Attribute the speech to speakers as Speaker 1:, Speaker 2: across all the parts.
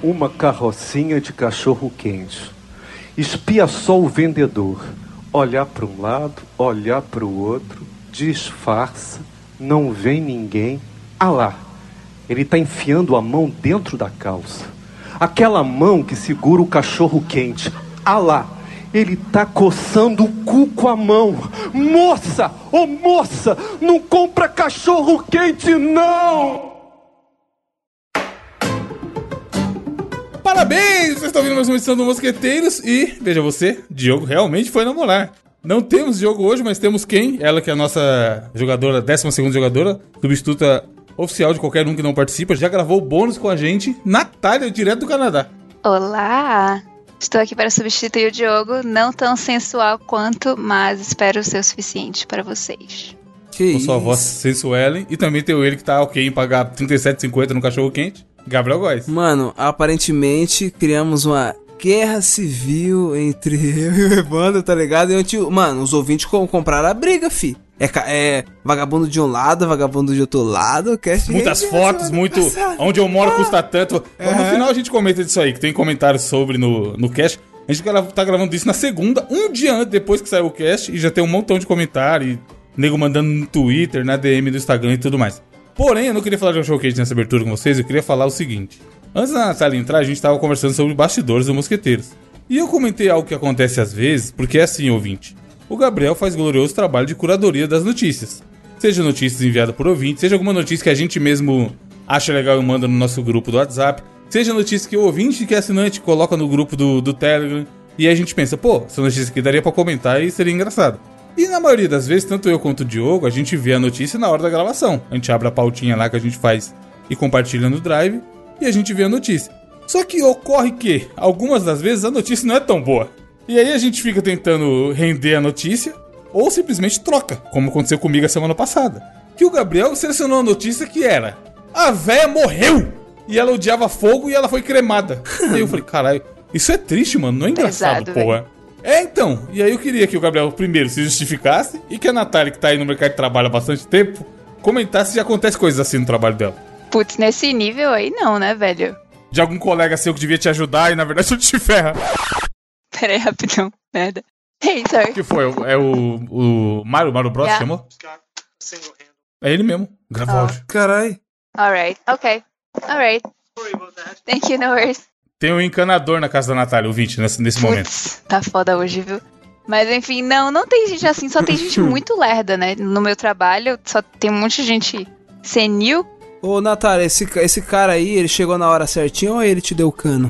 Speaker 1: uma carrocinha de cachorro-quente. Espia só o vendedor. Olhar para um lado, olhar para o outro, disfarça, não vem ninguém. Ah lá, ele tá enfiando a mão dentro da calça. Aquela mão que segura o cachorro-quente. Ah lá, ele tá coçando o cu com a mão. Moça, ô moça, não compra cachorro-quente não!
Speaker 2: Parabéns! Vocês estão ouvindo mais uma edição do Mosqueteiros e, veja você, Diogo realmente foi namorar. Não temos Diogo hoje, mas temos quem? Ela que é a nossa jogadora, 12ª jogadora, substituta oficial de qualquer um que não participa, já gravou bônus com a gente, Natália, direto do Canadá.
Speaker 3: Olá! Estou aqui para substituir o Diogo, não tão sensual quanto, mas espero ser o suficiente para vocês.
Speaker 2: Que com sua voz sensuela, e também tem ele que tá ok em pagar R$37,50 no cachorro-quente. Gabriel Góes.
Speaker 4: Mano, aparentemente criamos uma guerra civil entre eu e o Evandro, tá ligado? Mano, os ouvintes compraram a briga, fi. É vagabundo de um lado, vagabundo de outro lado.
Speaker 2: Muitas fotos, muito. Onde eu moro custa tanto. No final a gente comenta disso aí, que tem comentários sobre no cast. A gente tá gravando isso na segunda, um dia antes, depois que saiu o cast, e já tem um montão de comentário, e nego mandando no Twitter, na DM do Instagram e tudo mais. Porém, eu não queria falar de um showcase nessa abertura com vocês, eu queria falar o seguinte. Antes da Natália entrar, a gente tava conversando sobre bastidores do Mosqueteiros. E eu comentei algo que acontece às vezes, porque é assim, ouvinte. O Gabriel faz glorioso trabalho de curadoria das notícias. Seja notícias enviadas por ouvinte, seja alguma notícia que a gente mesmo acha legal e manda no nosso grupo do WhatsApp, seja notícia que o ouvinte que é assinante coloca no grupo do Telegram, e aí a gente pensa, pô, essa notícia aqui daria pra comentar e seria engraçado. E na maioria das vezes, tanto eu quanto o Diogo, a gente vê a notícia na hora da gravação. A gente abre a pautinha lá que a gente faz e compartilha no Drive, e a gente vê a notícia. Só que ocorre que, algumas das vezes, a notícia não é tão boa. E aí a gente fica tentando render a notícia, ou simplesmente troca, como aconteceu comigo a semana passada. Que o Gabriel selecionou a notícia que era: a véia morreu! E ela odiava fogo e ela foi cremada. E aí eu falei, caralho, isso é triste, mano, não é engraçado, porra. Então, e aí eu queria que o Gabriel primeiro se justificasse e que a Natália, que tá aí no mercado de trabalho há bastante tempo, comentasse se acontece coisas assim no trabalho dela.
Speaker 3: Putz, nesse nível aí não, né, velho?
Speaker 2: De algum colega seu que devia te ajudar e na verdade tu te ferra.
Speaker 3: Pera aí, rapidão, merda. Hey, sorry.
Speaker 2: O que foi? É o Mario Bros chamou? É ele mesmo, gravou áudio.
Speaker 4: Carai.
Speaker 3: Alright, ok. Alright. Thank you, no worries.
Speaker 2: Tem um encanador na casa da Natália, ouvinte, nesse momento.
Speaker 3: Tá foda hoje, viu? Mas enfim, não tem gente assim, só tem gente muito lerda, né? No meu trabalho, só tem um monte de gente senil.
Speaker 4: Ô, Natália, esse cara aí, ele chegou na hora certinha ou ele te deu o cano?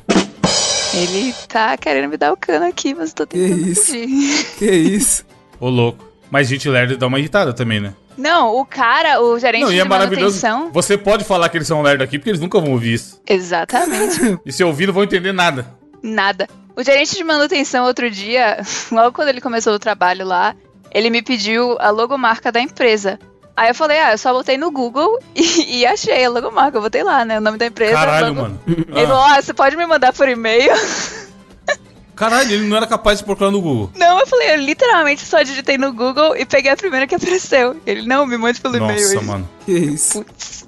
Speaker 3: Ele tá querendo me dar o cano aqui, mas eu tô tentando fugir.
Speaker 4: Que isso?
Speaker 2: Ô, louco. Mas gente lerda dá uma irritada também, né?
Speaker 3: Não, o gerente de manutenção...
Speaker 2: Você pode falar que eles são lerdos aqui, porque eles nunca vão ouvir isso.
Speaker 3: Exatamente.
Speaker 2: E se ouvir, não vão entender nada.
Speaker 3: Nada. O gerente de manutenção, outro dia, logo quando ele começou o trabalho lá, ele me pediu a logomarca da empresa. Aí eu falei, eu só botei no Google e achei a logomarca. Eu botei lá, né, o nome da empresa.
Speaker 2: Caralho, mano.
Speaker 3: Ele falou, você pode me mandar por e-mail?
Speaker 2: Caralho, ele não era capaz de procurar no Google.
Speaker 3: Não, eu falei, eu literalmente só digitei no Google e peguei a primeira que apareceu. Ele, não, me mande pelo e-mail.
Speaker 2: Nossa, mano.
Speaker 4: Que isso?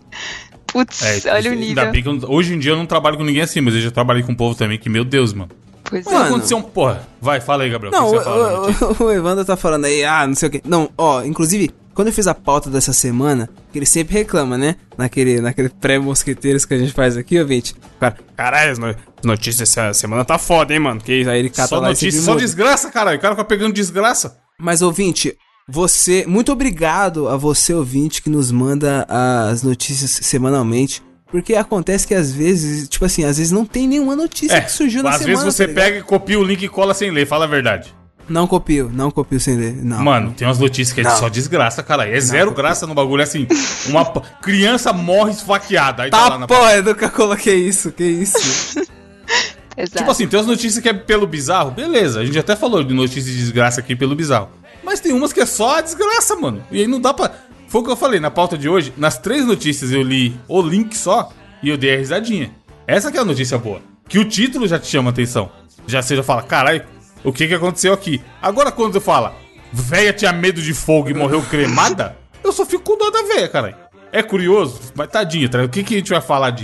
Speaker 3: Putz, olha o nível.
Speaker 2: Ainda bem que hoje em dia eu não trabalho com ninguém assim, mas eu já trabalhei com o povo também, que meu Deus, mano.
Speaker 3: Pois
Speaker 2: mas aconteceu porra. Vai, fala aí, Gabriel.
Speaker 4: Não, o Evandro tá falando aí, não sei o que. Não, inclusive, quando eu fiz a pauta dessa semana, que ele sempre reclama, né? Naquele pré-mosqueteiros que a gente faz aqui, ouvinte. Cara, caralho, as notícias essa semana tá foda, hein, mano? Que aí ele cata
Speaker 2: só
Speaker 4: lá
Speaker 2: notícia, só desgraça, caralho. O cara fica pegando desgraça.
Speaker 4: Mas, ouvinte, muito obrigado a você, ouvinte, que nos manda as notícias semanalmente. Porque acontece que às vezes, tipo assim, às vezes não tem nenhuma notícia que surgiu na semana.
Speaker 2: Às vezes você pega e copia o link e cola sem ler, fala a verdade.
Speaker 4: Não copio sem ler, não.
Speaker 2: Mano, tem umas notícias que é só desgraça, cara. É zero graça no bagulho, é assim, uma criança morre esfaqueada. Aí tá lá na
Speaker 4: porra, eu nunca coloquei isso, que isso?
Speaker 3: Exato.
Speaker 2: Tipo assim, tem umas notícias que é pelo bizarro, beleza. A gente até falou de notícias de desgraça aqui pelo bizarro. Mas tem umas que é só a desgraça, mano. E aí não dá pra... Foi o que eu falei na pauta de hoje. Nas 3 notícias eu li o link só e eu dei a risadinha. Essa que é a notícia boa. Que o título já te chama a atenção. Já você já fala, caralho, o que aconteceu aqui? Agora quando você fala, véia tinha medo de fogo e morreu cremada, eu só fico com dó da véia, caralho. É curioso, mas tadinha, tá? O que a gente vai falar disso?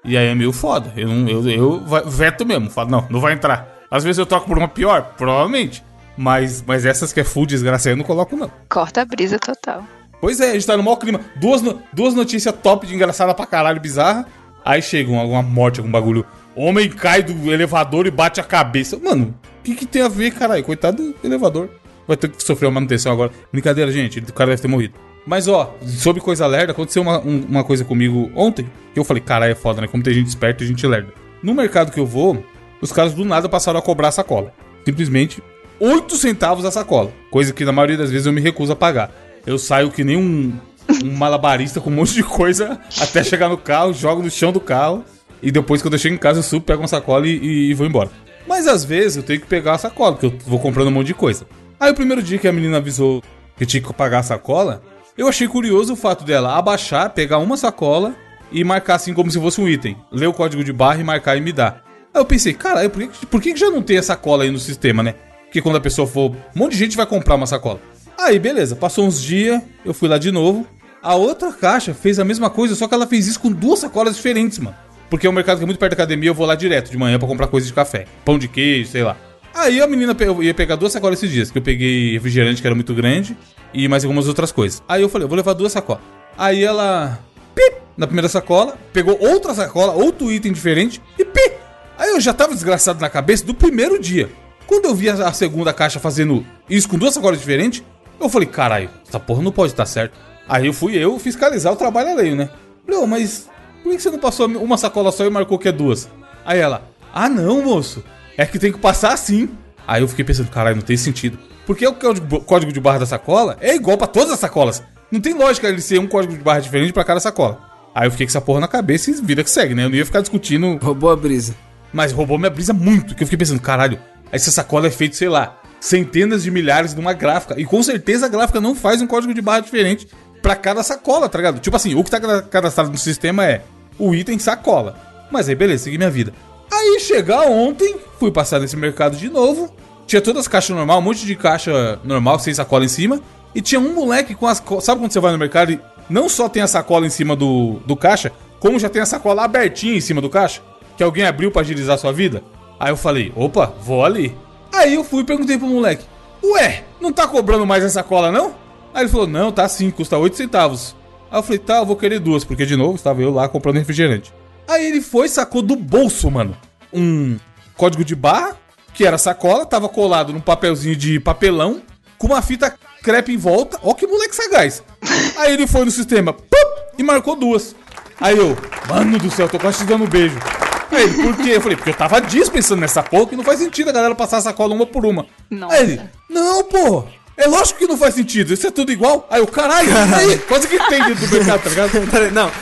Speaker 2: E aí é meio foda. Eu veto mesmo. Falo, não vai entrar. Às vezes eu troco por uma pior, provavelmente. Mas essas que é full desgraça aí eu não coloco, não.
Speaker 3: Corta a brisa total.
Speaker 2: Pois é, a gente tá no maior clima. Duas notícias top de engraçada pra caralho, bizarra. Aí chega alguma morte, algum bagulho. Homem cai do elevador e bate a cabeça. Mano, o que tem a ver, caralho? Coitado do elevador. Vai ter que sofrer uma manutenção agora. Brincadeira, gente. O cara deve ter morrido. Mas, ó, sobre coisa lerda, aconteceu uma coisa comigo ontem. Que eu falei, caralho, é foda, né? Como tem gente esperta e gente lerda. No mercado que eu vou, os caras do nada passaram a cobrar a sacola. Simplesmente 8 centavos a sacola. Coisa que na maioria das vezes eu me recuso a pagar. Eu saio que nem um malabarista com um monte de coisa até chegar no carro, jogo no chão do carro. E depois, quando eu chego em casa, eu subo, pego uma sacola e vou embora. Mas às vezes eu tenho que pegar a sacola, porque eu vou comprando um monte de coisa. Aí o primeiro dia que a menina avisou que tinha que pagar a sacola, eu achei curioso o fato dela abaixar, pegar uma sacola e marcar assim como se fosse um item. Ler o código de barra e marcar e me dar. Aí eu pensei, caralho, por que já não tem a sacola aí no sistema, né? Porque quando a pessoa for... Um monte de gente vai comprar uma sacola. Aí, beleza, passou uns dias, eu fui lá de novo. A outra caixa fez a mesma coisa, só que ela fez isso com 2 sacolas diferentes, mano. Porque é um mercado que é muito perto da academia, eu vou lá direto de manhã pra comprar coisa de café. Pão de queijo, sei lá. Aí a menina ia pegar 2 sacolas esses dias, que eu peguei refrigerante, que era muito grande, e mais algumas outras coisas. Aí eu falei, eu vou levar 2 sacolas. Aí ela, pip, na primeira sacola, pegou outra sacola, outro item diferente, e pip. Aí eu já tava desgraçado na cabeça do primeiro dia. Quando eu vi a segunda caixa fazendo isso com 2 sacolas diferentes, eu falei, caralho, essa porra não pode estar certo. Aí eu fui fiscalizar o trabalho alheio, né? Falei, mas por que você não passou uma sacola só e marcou que é 2? Aí ela, não, moço, é que tem que passar assim. Aí eu fiquei pensando, caralho, não tem sentido. Porque o código de barra da sacola é igual pra todas as sacolas. Não tem lógica ele ser um código de barra diferente pra cada sacola. Aí eu fiquei com essa porra na cabeça e vida que segue, né? Eu não ia ficar discutindo.
Speaker 4: Roubou a brisa.
Speaker 2: Mas roubou minha brisa muito, que eu fiquei pensando, caralho, essa sacola é feita, sei lá, centenas de milhares de uma gráfica. E com certeza a gráfica não faz um código de barra diferente pra cada sacola, tá ligado? Tipo assim, o que tá cadastrado no sistema é o item sacola. Mas aí beleza, segui minha vida. Aí chegar ontem, fui passar nesse mercado de novo. Tinha todas as caixas normais, um monte de caixa normal, sem sacola em cima. E tinha um moleque com as... Sabe quando você vai no mercado e não só tem a sacola em cima do caixa, como já tem a sacola abertinha em cima do caixa? Que alguém abriu pra agilizar a sua vida? Aí eu falei, opa, vou ali. Aí eu fui e perguntei pro moleque, ué, não tá cobrando mais essa sacola não? Aí ele falou, não, tá sim, custa 8 centavos. Aí eu falei, tá, eu vou querer 2, porque de novo estava eu lá comprando refrigerante. Aí ele foi e sacou do bolso, mano, um código de barra, que era sacola, tava colado num papelzinho de papelão, com uma fita crepe em volta. Ó que moleque sagaz. Aí ele foi no sistema, e marcou 2. Aí eu, mano do céu, tô quase te dando um beijo. Aí ele, por quê? Eu falei, porque eu tava dispensando nessa porra que não faz sentido a galera passar a sacola uma por uma.
Speaker 3: Nossa.
Speaker 2: Aí ele, não, pô, é lógico que não faz sentido, isso é tudo igual. Aí o caralho, aí, quase que tem dentro do mercado, tá ligado?
Speaker 4: Não,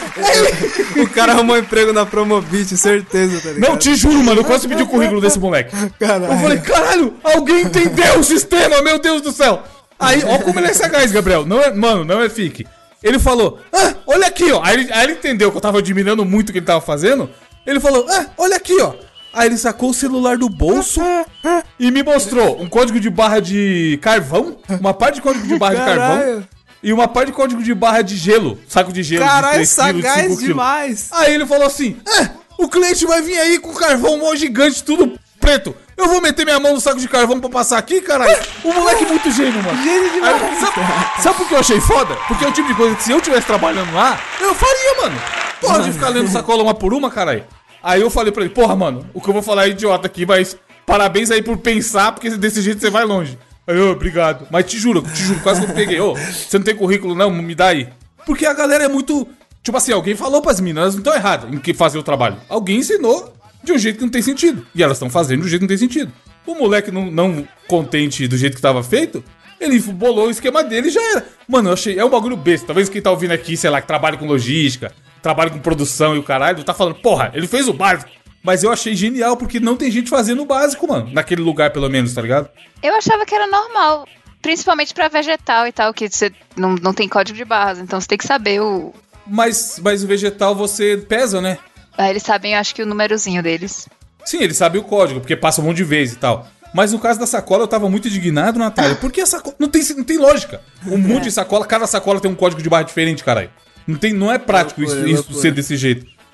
Speaker 4: o cara arrumou emprego na Promobit, certeza, tá ligado?
Speaker 2: Não, te juro, mano, eu quase pedi o currículo desse moleque.
Speaker 4: Caralho.
Speaker 2: Eu falei, caralho, alguém entendeu o sistema, meu Deus do céu. Aí, ó como ele é sagaz, Gabriel, não é, mano, não é fique. Ele falou, olha aqui, ó. Aí ele entendeu que eu tava admirando muito o que ele tava fazendo. Ele falou, olha aqui, ó. Aí ele sacou o celular do bolso e me mostrou um código de barra de carvão, uma parte de código de barra de carvão e uma parte de código de barra de gelo, saco de gelo.
Speaker 4: Caralho,
Speaker 2: de 3 quilos, de 5
Speaker 4: sagaz
Speaker 2: quilos.
Speaker 4: demais.
Speaker 2: Aí ele falou assim, o cliente vai vir aí com carvão mó gigante, tudo preto. Eu vou meter minha mão no saco de carvão pra passar aqui, caralho. O moleque é muito gênio, mano.
Speaker 4: Gênio demais.
Speaker 2: Aí, sabe por que eu achei foda? Porque é o tipo de coisa que se eu estivesse trabalhando lá, eu faria, mano. Porra de ficar lendo sacola uma por uma, caralho. Aí eu falei pra ele, porra, mano, o que eu vou falar é idiota aqui, mas parabéns aí por pensar, porque desse jeito você vai longe. Aí eu, obrigado. Mas te juro, quase que eu peguei. Você não tem currículo não? Me dá aí. Porque a galera é muito... Tipo assim, alguém falou pras meninas, elas não estão erradas em que fazer o trabalho. Alguém ensinou de um jeito que não tem sentido. E elas estão fazendo de um jeito que não tem sentido. O moleque não contente do jeito que tava feito, ele bolou o esquema dele e já era. Mano, eu achei... É um bagulho besta. Talvez quem tá ouvindo aqui, sei lá, que trabalha com logística, trabalha com produção e o caralho, tá falando, porra, ele fez o básico. Mas eu achei genial, porque não tem gente fazendo o básico, mano. Naquele lugar, pelo menos, tá ligado?
Speaker 3: Eu achava que era normal. Principalmente pra vegetal e tal, que você não tem código de barras. Então você tem que saber o...
Speaker 2: Mas o vegetal você pesa, né?
Speaker 3: Aí eles sabem, acho que o númerozinho deles.
Speaker 2: Sim, ele sabe o código, porque passa um monte de vezes e tal. Mas no caso da sacola, eu tava muito indignado, Natália. Porque a sacola... Não tem lógica. Um monte de sacola, cada sacola tem um código de barra diferente, caralho. Não é prático isso ser desse jeito.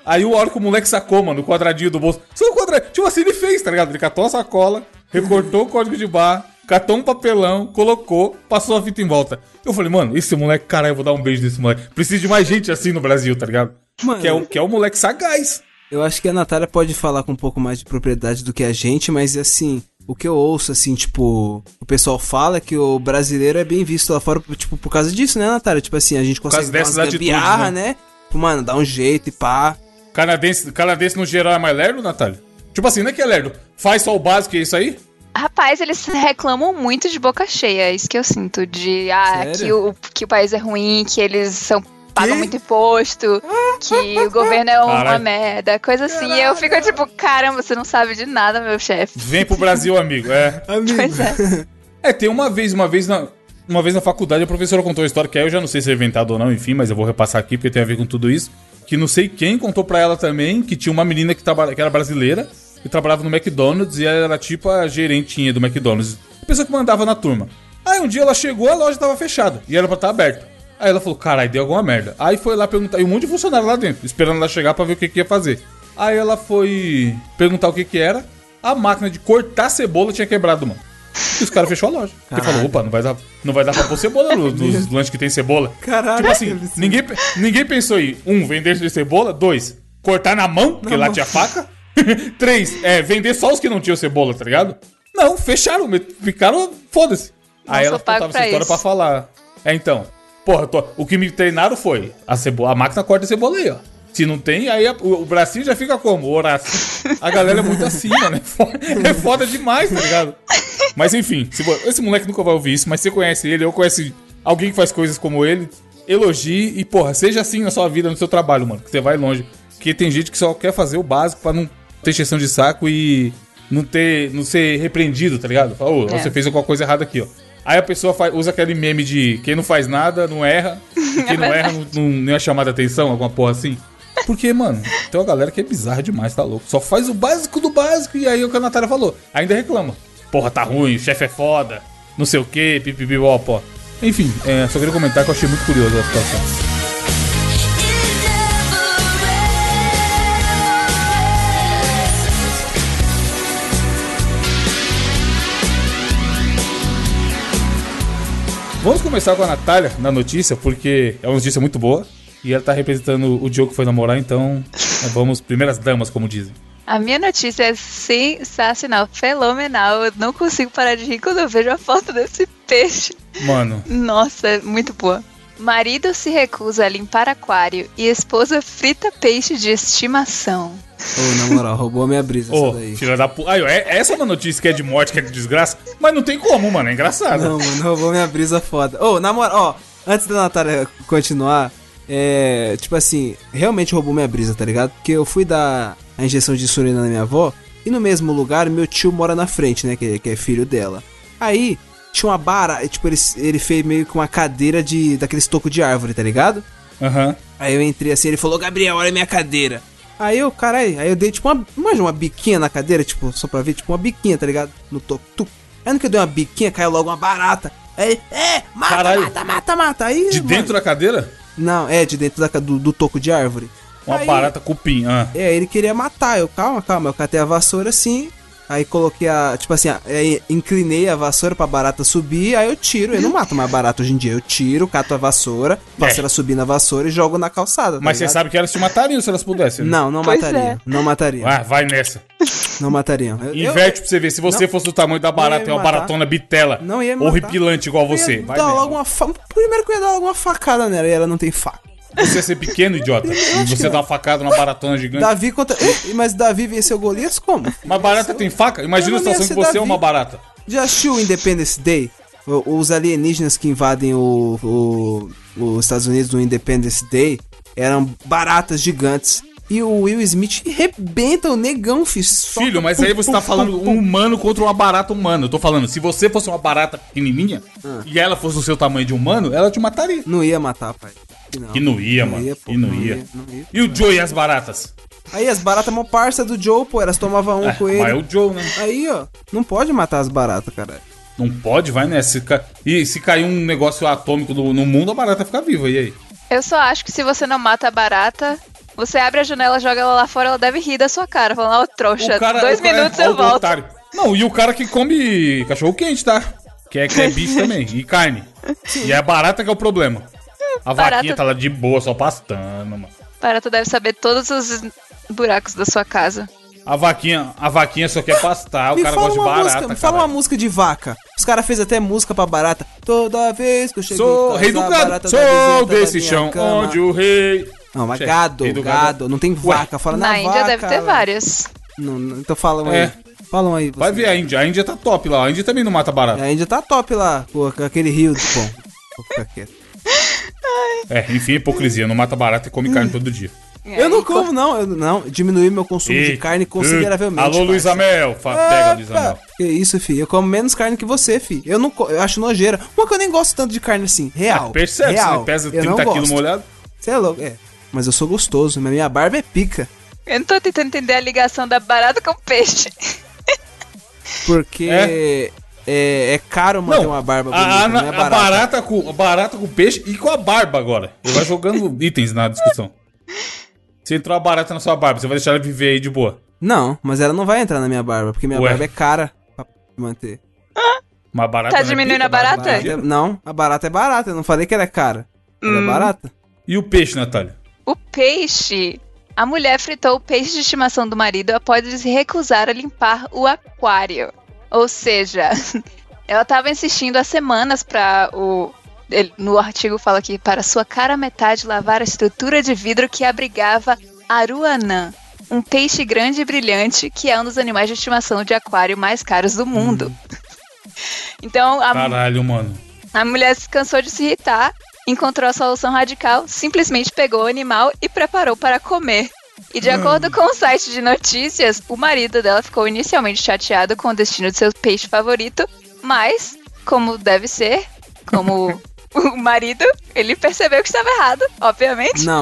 Speaker 2: Aí a hora que o moleque sacou, mano, o quadradinho do bolso. Só o quadradinho. Tipo assim, ele fez, tá ligado? Ele catou a sacola, recortou o código de barra, catou um papelão, colocou, passou a fita em volta. Eu falei, mano, esse moleque, caralho, eu vou dar um beijo desse moleque. Precisa de mais gente assim no Brasil, tá ligado?
Speaker 4: Mano,
Speaker 2: Que é o moleque sagaz.
Speaker 4: eu acho que a Natália pode falar com um pouco mais de propriedade do que a gente, mas assim, o que eu ouço, assim, tipo, o pessoal fala que o brasileiro é bem visto lá fora, tipo, por causa disso, né, Natália? Tipo assim, a gente consegue dar umas gambiarra, né? Tipo, mano, dá um jeito e pá.
Speaker 2: Canadense no geral é mais lerdo, Natália? Tipo assim, não é que é lerdo. Faz só o básico e é isso aí?
Speaker 3: Rapaz, eles reclamam muito de boca cheia, é isso que eu sinto. De que o país é ruim, que eles pagam muito imposto, que o governo é uma merda, coisa assim. E eu fico tipo, caramba, você não sabe de nada, meu chefe.
Speaker 2: Vem pro Brasil, amigo.
Speaker 3: Pois é.
Speaker 2: Tem uma vez na faculdade, a professora contou uma história que aí eu já não sei se é inventado ou não, enfim, mas eu vou repassar aqui porque tem a ver com tudo isso. Que não sei quem contou pra ela também que tinha uma menina que era brasileira, que trabalhava no McDonald's e ela era tipo a gerentinha do McDonald's. A pessoa que mandava na turma. Aí um dia ela chegou, a loja tava fechada e era pra estar aberta. Aí ela falou, caralho, deu alguma merda. Aí foi lá perguntar, e um monte de funcionário lá dentro, esperando ela chegar pra ver o que ia fazer. Aí ela foi perguntar o que era. A máquina de cortar cebola tinha quebrado, mano. E os caras fechou a loja. Porque falou, opa, não vai dar pra pôr cebola nos lanches que tem cebola.
Speaker 4: Caralho.
Speaker 2: Tipo assim, ninguém pensou em, vender de cebola. 2, cortar na mão, porque lá tinha faca. 3, vender só os que não tinham cebola, tá ligado? Não, fecharam, ficaram, foda-se. Aí ela contava essa história pra falar. Então, porra, o que me treinaram foi, a máquina corta a cebola aí, ó. Se não tem, aí o bracinho já fica como? O Horácio. A galera é muito assim, mano. É foda demais, tá ligado? Mas enfim, esse moleque nunca vai ouvir isso, mas você conhece ele, eu conheço alguém que faz coisas como ele, elogie e, porra, seja assim na sua vida, no seu trabalho, mano, que você vai longe. Porque tem gente que só quer fazer o básico pra não ter encheção de saco e não ser repreendido, tá ligado? Fala, você fez alguma coisa errada aqui, ó. Aí a pessoa usa aquele meme de quem não faz nada, não erra, e quem não erra não é chamada atenção, alguma porra assim. Porque, mano, tem uma galera que é bizarra demais, tá louco. Só faz o básico do básico e aí o que a Natália falou. Ainda reclama. Porra, tá ruim, o chefe é foda, não sei o que, pipipipopó. Enfim, só queria comentar que eu achei muito curioso a situação. Vamos começar com a Natália na notícia, porque é uma notícia muito boa. E ela tá representando o Diogo que foi namorar, então vamos, primeiras damas, como dizem.
Speaker 3: A minha notícia é sensacional, fenomenal. Eu não consigo parar de rir quando eu vejo a foto desse peixe.
Speaker 2: Mano.
Speaker 3: Nossa, é muito boa. Marido se recusa a limpar aquário e esposa frita peixe de estimação.
Speaker 4: Na moral, roubou a minha brisa essa daí.
Speaker 2: Filha da puta. Essa é uma notícia que é de morte, que é de desgraça, mas não tem como, mano, é engraçado.
Speaker 4: Não, mano, roubou minha brisa foda. Na moral, antes da Natália continuar, tipo assim, realmente roubou minha brisa, tá ligado? Porque eu fui dar a injeção de insulina na minha avó e no mesmo lugar meu tio mora na frente, né, que é filho dela. Aí tinha uma barata, tipo, ele fez meio que uma cadeira daqueles tocos de árvore, tá ligado?
Speaker 2: Aham.
Speaker 4: Aí eu entrei assim, ele falou, Gabriel, olha a minha cadeira. Aí eu dei tipo uma biquinha na cadeira, tipo, só pra ver, tipo uma biquinha, tá ligado? No toco. Aí no que eu dei uma biquinha, caiu logo uma barata. Aí, mata. Aí,
Speaker 2: de dentro da cadeira?
Speaker 4: Não, de dentro do toco de árvore.
Speaker 2: Uma barata cupim,
Speaker 4: ele queria matar, calma, eu catei a vassoura assim, aí coloquei inclinei a vassoura pra barata subir, aí eu tiro, eu não mato mais barata hoje em dia, eu tiro, cato a vassoura, faço ela subir na vassoura e jogo na calçada.
Speaker 2: Mas você sabe que elas te matariam se elas pudessem, né?
Speaker 4: Não matariam, não matariam.
Speaker 2: Vai nessa.
Speaker 4: Não matariam.
Speaker 2: Inverte pra você ver, se você fosse do tamanho da barata, tem uma baratona bitela,
Speaker 4: não ia matar.
Speaker 2: Horripilante igual você.
Speaker 4: Vai dar logo primeiro que eu ia dar alguma facada nela, e ela não tem faca.
Speaker 2: Você ia ser pequeno, idiota. E você dá uma facada numa baratona gigante.
Speaker 4: Mas Davi venceu Golias como?
Speaker 2: Mas barata tem faca? Imagina a situação que você é uma barata.
Speaker 4: Já assistiu o Independence Day? Os alienígenas que invadem os Estados Unidos no Independence Day eram baratas gigantes. E o Will Smith rebenta o negão,
Speaker 2: filho, mas aí você tá falando um humano contra uma barata humana. Eu tô falando, se você fosse uma barata pequenininha e ela fosse do seu tamanho de humano, ela te mataria.
Speaker 4: Não ia matar, pai.
Speaker 2: Que não ia, mano. Não ia. E o Joe e as baratas?
Speaker 4: Aí as baratas são parça do Joe, pô. Elas tomavam com ele.
Speaker 2: Mas é o Joe, né?
Speaker 4: Aí, ó. Não pode matar as baratas, caralho.
Speaker 2: Não pode, vai nessa. E se cair um negócio atômico no mundo, a barata fica viva. E aí?
Speaker 3: Eu só acho que se você não mata a barata, Você abre a janela, joga ela lá fora, ela deve rir da sua cara, falando, ó, trouxa, 2 minutos eu volto.
Speaker 2: Otário. Não, e o cara que come cachorro quente, tá? Que é bicho também, e carne. E é barata que é o problema. A vaquinha tá lá de boa, só pastando, mano.
Speaker 3: Barata deve saber todos os buracos da sua casa.
Speaker 2: A vaquinha só quer pastar, o cara gosta de barata.
Speaker 4: Me fala uma música de vaca. Os caras fez até música pra barata. Toda vez que eu chego
Speaker 2: sou rei do gado, sou desse chão onde o rei...
Speaker 4: Não, mas gado, não tem vaca. Fala na
Speaker 3: Índia
Speaker 4: vaca,
Speaker 3: deve ter várias.
Speaker 4: Não, então falam aí. Falam aí.
Speaker 2: Vai ver a Índia tá top lá. A Índia também não mata barata.
Speaker 4: A Índia tá top lá, com aquele rio. Bom, vou ficar quieto.
Speaker 2: Enfim, hipocrisia. Não mata barata e come carne todo dia.
Speaker 4: Eu não como, não. Diminuí meu consumo de carne consideravelmente.
Speaker 2: Alô, Luiz Amel. Pega, Luiz Amel.
Speaker 4: Que isso, fi. Eu como menos carne que você, fi. Eu acho nojeira. Uma que eu nem gosto tanto de carne assim. Real.
Speaker 2: Percebe?
Speaker 4: Real.
Speaker 2: Você pesa 30 quilos molhado?
Speaker 4: Você é louco. Mas eu sou gostoso. Minha barba é pica.
Speaker 3: Eu não tô tentando entender a ligação da barata com o peixe.
Speaker 4: Porque é caro manter uma barba bonita, não é barato.
Speaker 2: A barata com peixe e com a barba agora. Ele vai jogando itens na discussão. Se entrou a barata na sua barba, você vai deixar ela viver aí de boa?
Speaker 4: Não, mas ela não vai entrar na minha barba, porque minha barba é cara pra manter.
Speaker 2: Uma barata
Speaker 3: tá diminuindo a barata?
Speaker 4: Não, a barata é barata, eu não falei que ela é cara. Ela é barata.
Speaker 2: E o peixe, Natália?
Speaker 3: O peixe... A mulher fritou o peixe de estimação do marido após ele se recusar a limpar o aquário. Ou seja, ela estava insistindo há semanas para no artigo fala aqui, para sua cara metade lavar a estrutura de vidro que abrigava aruanã, um peixe grande e brilhante que é um dos animais de estimação de aquário mais caros do mundo. Então,
Speaker 2: caralho, mano.
Speaker 3: A mulher se cansou de se irritar, encontrou a solução radical, simplesmente pegou o animal e preparou para comer. E de acordo com o site de notícias, o marido dela ficou inicialmente chateado com o destino de seu peixe favorito, mas, como deve ser, como o marido, ele percebeu que estava errado, obviamente.
Speaker 4: Não.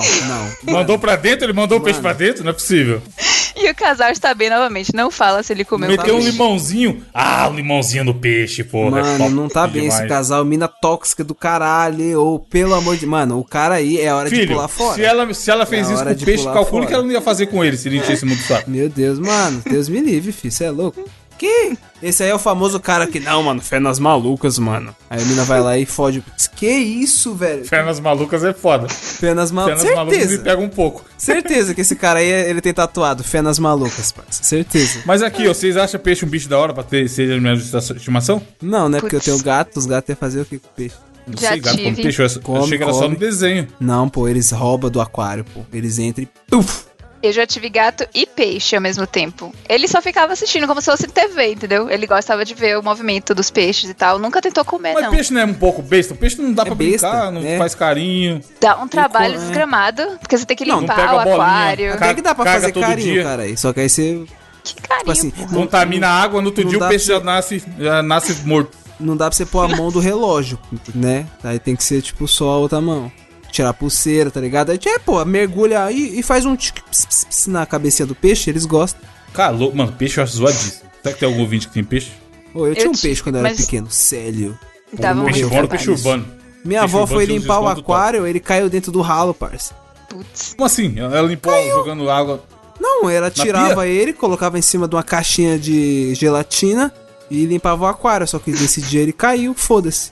Speaker 2: Mandou pra dentro? Ele mandou o peixe pra dentro? Não é possível.
Speaker 3: E o casal está bem novamente, não fala se ele comeu
Speaker 2: Meteu um limãozinho. Um limãozinho no peixe, porra.
Speaker 4: Mano, não tá bem demais. Esse casal, mina tóxica do caralho. Ou pelo amor de... Mano, o cara aí é hora de pular fora.
Speaker 2: Se ela fez isso com o peixe, calcule que ela não ia fazer com ele se ele enchesse muito saco.
Speaker 4: Meu Deus, mano. Deus me livre, filho. Você é louco? Que? Esse aí é o famoso cara que... Não, mano, fé nas malucas, mano. Aí a mina vai lá e fode. Que isso, velho?
Speaker 2: Fé nas malucas é foda.
Speaker 4: Fé nas malucas.
Speaker 2: Fé nas malucas me pega um pouco.
Speaker 4: Certeza que esse cara aí, ele tem tatuado. Fé nas malucas, parça. Certeza.
Speaker 2: Mas aqui, ó, vocês acham peixe um bicho da hora pra ter seja animal de estimação?
Speaker 4: Não, né? Porque eu tenho gato. Os gatos iam fazer o que com peixe?
Speaker 2: Não sei, gato como peixe. Eu achei que era só no desenho.
Speaker 4: Não, pô, eles roubam do aquário, pô. Eles entram e... Puf!
Speaker 3: Eu já tive gato e peixe ao mesmo tempo. Ele só ficava assistindo como se fosse TV, entendeu? Ele gostava de ver o movimento dos peixes e tal. Nunca tentou comer, não.
Speaker 2: Mas peixe não é um pouco besta? O peixe não dá pra brincar, não faz carinho.
Speaker 3: Dá um trabalho desgramado, porque você tem que limpar o aquário.
Speaker 4: Até que dá pra fazer carinho, cara. Só que aí você...
Speaker 3: Que carinho? Tipo assim,
Speaker 2: contamina a água, no outro dia o peixe já nasce morto.
Speaker 4: Não dá pra você pôr a mão do relógio, né? Aí tem que ser, tipo, só a outra mão. Tirar a pulseira, tá ligado? Aí, mergulha aí e faz um tic na cabecinha do peixe, eles gostam.
Speaker 2: Cara, mano, peixe eu acho zoadíssimo. Será que tem algum ouvinte que tem peixe?
Speaker 4: Eu tinha um peixe quando eu era pequeno, sério.
Speaker 2: Peixe fora, peixe urbano.
Speaker 4: Minha avó foi limpar o aquário, ele caiu dentro do ralo, parça.
Speaker 3: Putz.
Speaker 2: Como assim? Ela limpou jogando água?
Speaker 4: Não, ela tirava ele, colocava em cima de uma caixinha de gelatina e limpava o aquário. Só que nesse dia ele caiu, foda-se.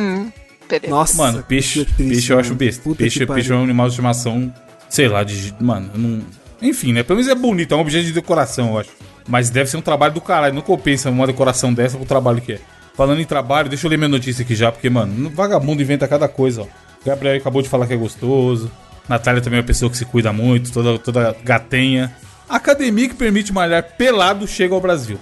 Speaker 2: Nossa, mano, peixe eu acho besta. Peixe é um animal de estimação, sei lá, mano, não... Enfim, né? Pelo menos é bonito, é um objeto de decoração, eu acho. Mas deve ser um trabalho do caralho, não compensa uma decoração dessa pro trabalho que é. Falando em trabalho, deixa eu ler minha notícia aqui já, porque, mano, vagabundo inventa cada coisa, ó. Gabriel acabou de falar que é gostoso. Natália também é uma pessoa que se cuida muito, toda gatenha. A academia que permite malhar pelado chega ao Brasil.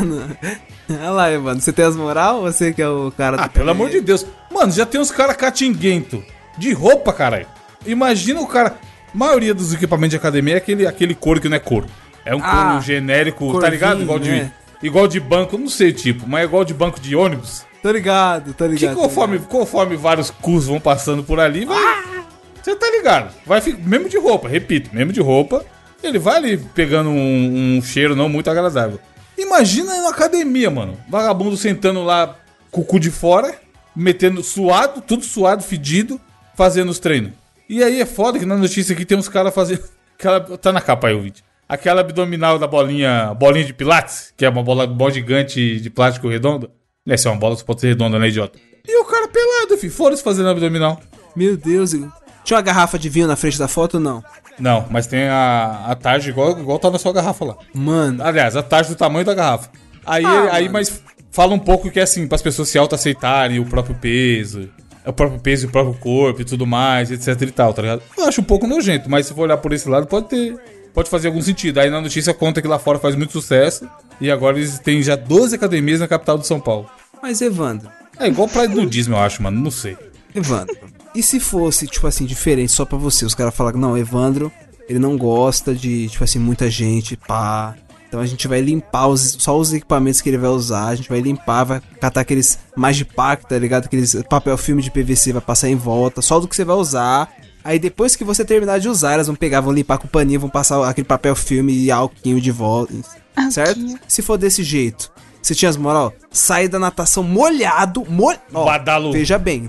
Speaker 4: Olha lá, mano. Você tem as moral ou você que é o cara do
Speaker 2: pelo amor de Deus. Mano, já tem uns caras catinguento de roupa, caralho. Imagina o cara... A maioria dos equipamentos de academia é aquele couro que não é couro. É um couro genérico, corvinho, tá ligado? Igual de banco, não sei o tipo, mas é igual de banco de ônibus.
Speaker 4: Tô ligado. Que
Speaker 2: conforme vários cursos vão passando por ali, vai... Você tá ligado? Vai mesmo de roupa, repito, mesmo de roupa, ele vai ali pegando um cheiro não muito agradável. Imagina na academia, mano. Vagabundo sentando lá com o cu de fora, metendo suado, tudo suado, fedido, fazendo os treinos. E aí é foda que na notícia aqui tem uns caras fazendo... Tá na capa aí o vídeo. Aquela abdominal da bolinha de pilates, que é uma bola gigante de plástico redondo. Essa é uma bola que pode ser redonda, né, idiota? E o cara pelado, filho. Foda-se fazendo abdominal.
Speaker 4: Meu Deus, Igor. Tinha uma garrafa de vinho na frente da foto ou não?
Speaker 2: Não, mas tem a tarja igual tá na sua garrafa lá.
Speaker 4: Mano.
Speaker 2: Aliás, a tarja do tamanho da garrafa. Aí mas fala um pouco que é assim, para as pessoas se auto-aceitarem o próprio peso e o próprio corpo e tudo mais, etc e tal, tá ligado? Eu acho um pouco nojento, mas se for olhar por esse lado, pode fazer algum sentido. Aí na notícia conta que lá fora faz muito sucesso e agora eles têm já 12 academias na capital de São Paulo.
Speaker 4: Mas, Evandro...
Speaker 2: É igual praia de nudismo, eu acho, mano, não sei.
Speaker 4: Evandro, e se fosse, tipo assim, diferente só pra você? Os caras falam que não, Evandro, ele não gosta de, tipo assim, muita gente, pá... Então a gente vai limpar só os equipamentos que ele vai usar, a gente vai limpar, vai catar aqueles Magipack, tá ligado? Aqueles papel filme de PVC, vai passar em volta, só do que você vai usar. Aí depois que você terminar de usar, elas vão pegar, vão limpar com o paninho, vão passar aquele papel filme e alquinho de volta, certo? Se for desse jeito, você tinha as moral, sair da natação molhado,
Speaker 2: Badalo.
Speaker 4: Veja bem,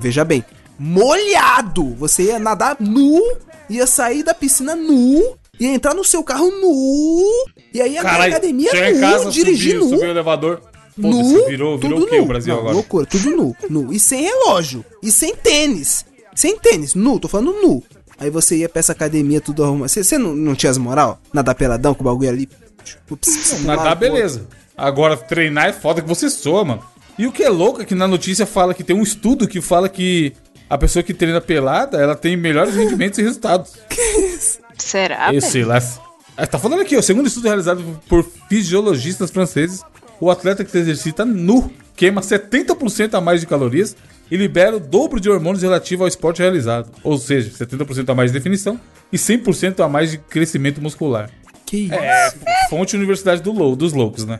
Speaker 4: molhado, você ia nadar nu, ia sair da piscina nu, ia entrar no seu carro nu, e aí ia na academia nu, dirigir nu.
Speaker 2: Subiu o elevador.
Speaker 4: Nu,
Speaker 2: virou o que
Speaker 4: nu.
Speaker 2: o Brasil
Speaker 4: não,
Speaker 2: agora?
Speaker 4: Loucura, tudo nu. E sem relógio, e sem tênis. Sem tênis, nu, tô falando nu. Aí você ia pra essa academia tudo arrumado. Você não tinha as moral? Nadar peladão com o bagulho ali?
Speaker 2: Nadar, beleza. Agora, treinar é foda que você soa, mano. E o que é louco é que na notícia fala que tem um estudo que fala que a pessoa que treina pelada, ela tem melhores rendimentos e resultados.
Speaker 4: Que isso?
Speaker 3: Será?
Speaker 2: Eu sei lá. Tá falando aqui, ó. Segundo estudo realizado por fisiologistas franceses, o atleta que se exercita nu queima 70% a mais de calorias e libera o dobro de hormônios relativo ao esporte realizado. Ou seja, 70% a mais de definição e 100% a mais de crescimento muscular.
Speaker 4: Que isso?
Speaker 2: Fonte Universidade dos Loucos, né?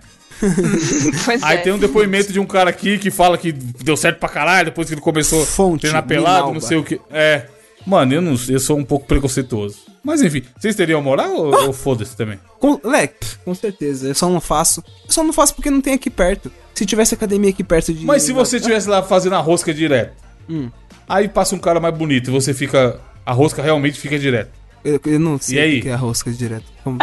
Speaker 3: Pois
Speaker 2: Aí
Speaker 3: é.
Speaker 2: tem um depoimento de um cara aqui que fala que deu certo pra caralho depois que ele começou a treinar pelado,
Speaker 4: Minalba.
Speaker 2: não sei o que. Mano, eu sou um pouco preconceituoso. Mas enfim, vocês teriam moral ou foda-se também?
Speaker 4: Com certeza, eu só não faço porque não tem aqui perto. Se tivesse academia aqui perto de...
Speaker 2: Mas se você estivesse lá fazendo a rosca direto, aí passa um cara mais bonito e você fica... A rosca realmente fica direto.
Speaker 4: Eu não sei
Speaker 2: E aí?
Speaker 4: o que é a rosca direto.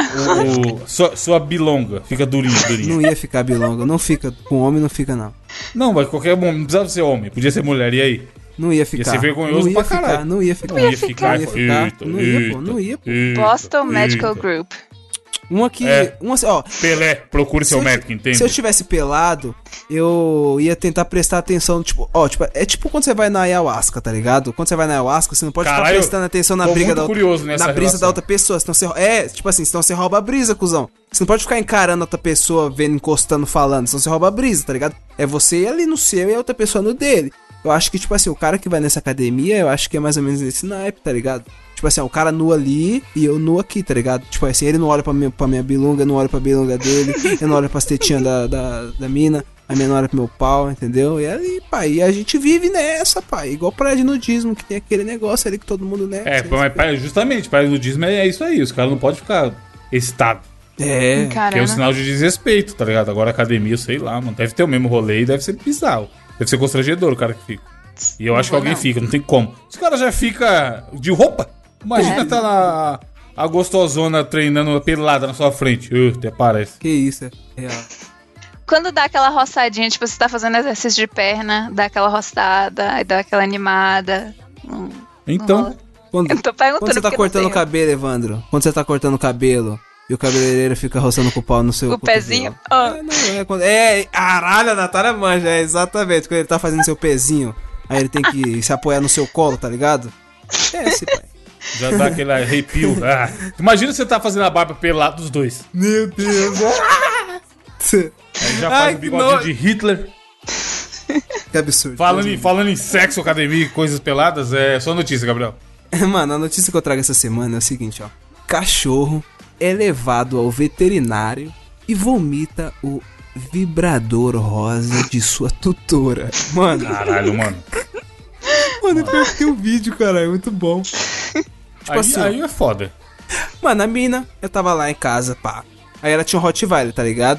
Speaker 2: Sua bilonga fica durinha.
Speaker 4: Não ia ficar bilonga, não fica. Com homem não fica, não.
Speaker 2: Não, mas qualquer homem, não precisava ser homem, podia ser mulher, e aí?
Speaker 4: Não ia ficar.
Speaker 2: Ia ser vergonhoso pra caralho.
Speaker 4: Não ia ficar.
Speaker 3: Não ia ficar.
Speaker 4: Não ia, pô.
Speaker 3: Boston Medical Group.
Speaker 4: Uma que... ó,
Speaker 2: Pelé, procure seu médico, entende?
Speaker 4: se eu tivesse pelado, eu ia tentar prestar atenção, é tipo quando você vai na ayahuasca, tá ligado? Quando você vai na ayahuasca, você não pode ficar prestando atenção na briga da
Speaker 2: curioso nessa
Speaker 4: na brisa
Speaker 2: relação.
Speaker 4: da outra pessoa, senão senão você rouba a brisa, cuzão. Você não pode ficar encarando a outra pessoa, vendo, encostando, falando, senão você rouba a brisa, tá ligado? É você ir ali no seu e a outra pessoa no dele. Eu acho que, o cara que vai nessa academia, eu acho que é mais ou menos nesse naipe, tá ligado? O cara nu ali e eu nu aqui, tá ligado? Ele não olha pra minha bilunga, eu não olho pra bilunga dele, eu não olho pras tetinhas da mina, a minha não olha pro meu pau, entendeu? E ali, pai, e a gente vive nessa, pai. Igual praia de nudismo, que tem aquele negócio ali que todo mundo, né?
Speaker 2: Mas justamente, praia de nudismo é isso aí, os caras não podem ficar excitados. Que é um sinal de desrespeito, tá ligado? Agora academia, sei lá, mano, deve ter o mesmo rolê e deve ser bizarro. Deve ser constrangedor o cara que fica. E eu acho que alguém fica, não tem como. Os caras já fica de roupa. Imagina tá lá a gostosona treinando pelada na sua frente. Até parece.
Speaker 4: Que isso, é real.
Speaker 3: Quando dá aquela roçadinha, tipo, você tá fazendo exercício de perna, dá aquela roçada, aí dá aquela animada.
Speaker 2: Então,
Speaker 4: Quando você tá cortando o cabelo, Evandro, quando você tá cortando o cabelo e o cabeleireiro fica roçando com o pau no seu
Speaker 3: o pezinho.
Speaker 4: Caralho, a Natália manja, exatamente. Quando ele tá fazendo seu pezinho, aí ele tem que se apoiar no seu colo, tá ligado? Esse, pai.
Speaker 2: Já dá aquele arrepio. Imagina você tá fazendo a barba pelada dos dois.
Speaker 4: Meu Deus.
Speaker 2: Aí já faz o bigodinho de Hitler.
Speaker 4: Que absurdo.
Speaker 2: Falando em sexo, academia e coisas peladas, é só notícia, Gabriel.
Speaker 4: Mano, a notícia que eu trago essa semana é o seguinte, ó. Cachorro é levado ao veterinário e vomita o vibrador rosa de sua tutora. Mano.
Speaker 2: Caralho, mano.
Speaker 4: Mano, pior que tem um vídeo, cara, é muito bom.
Speaker 2: Aí é foda.
Speaker 4: Mano, a mina, eu tava lá em casa, pá. Aí ela tinha um Rottweiler, tá ligado?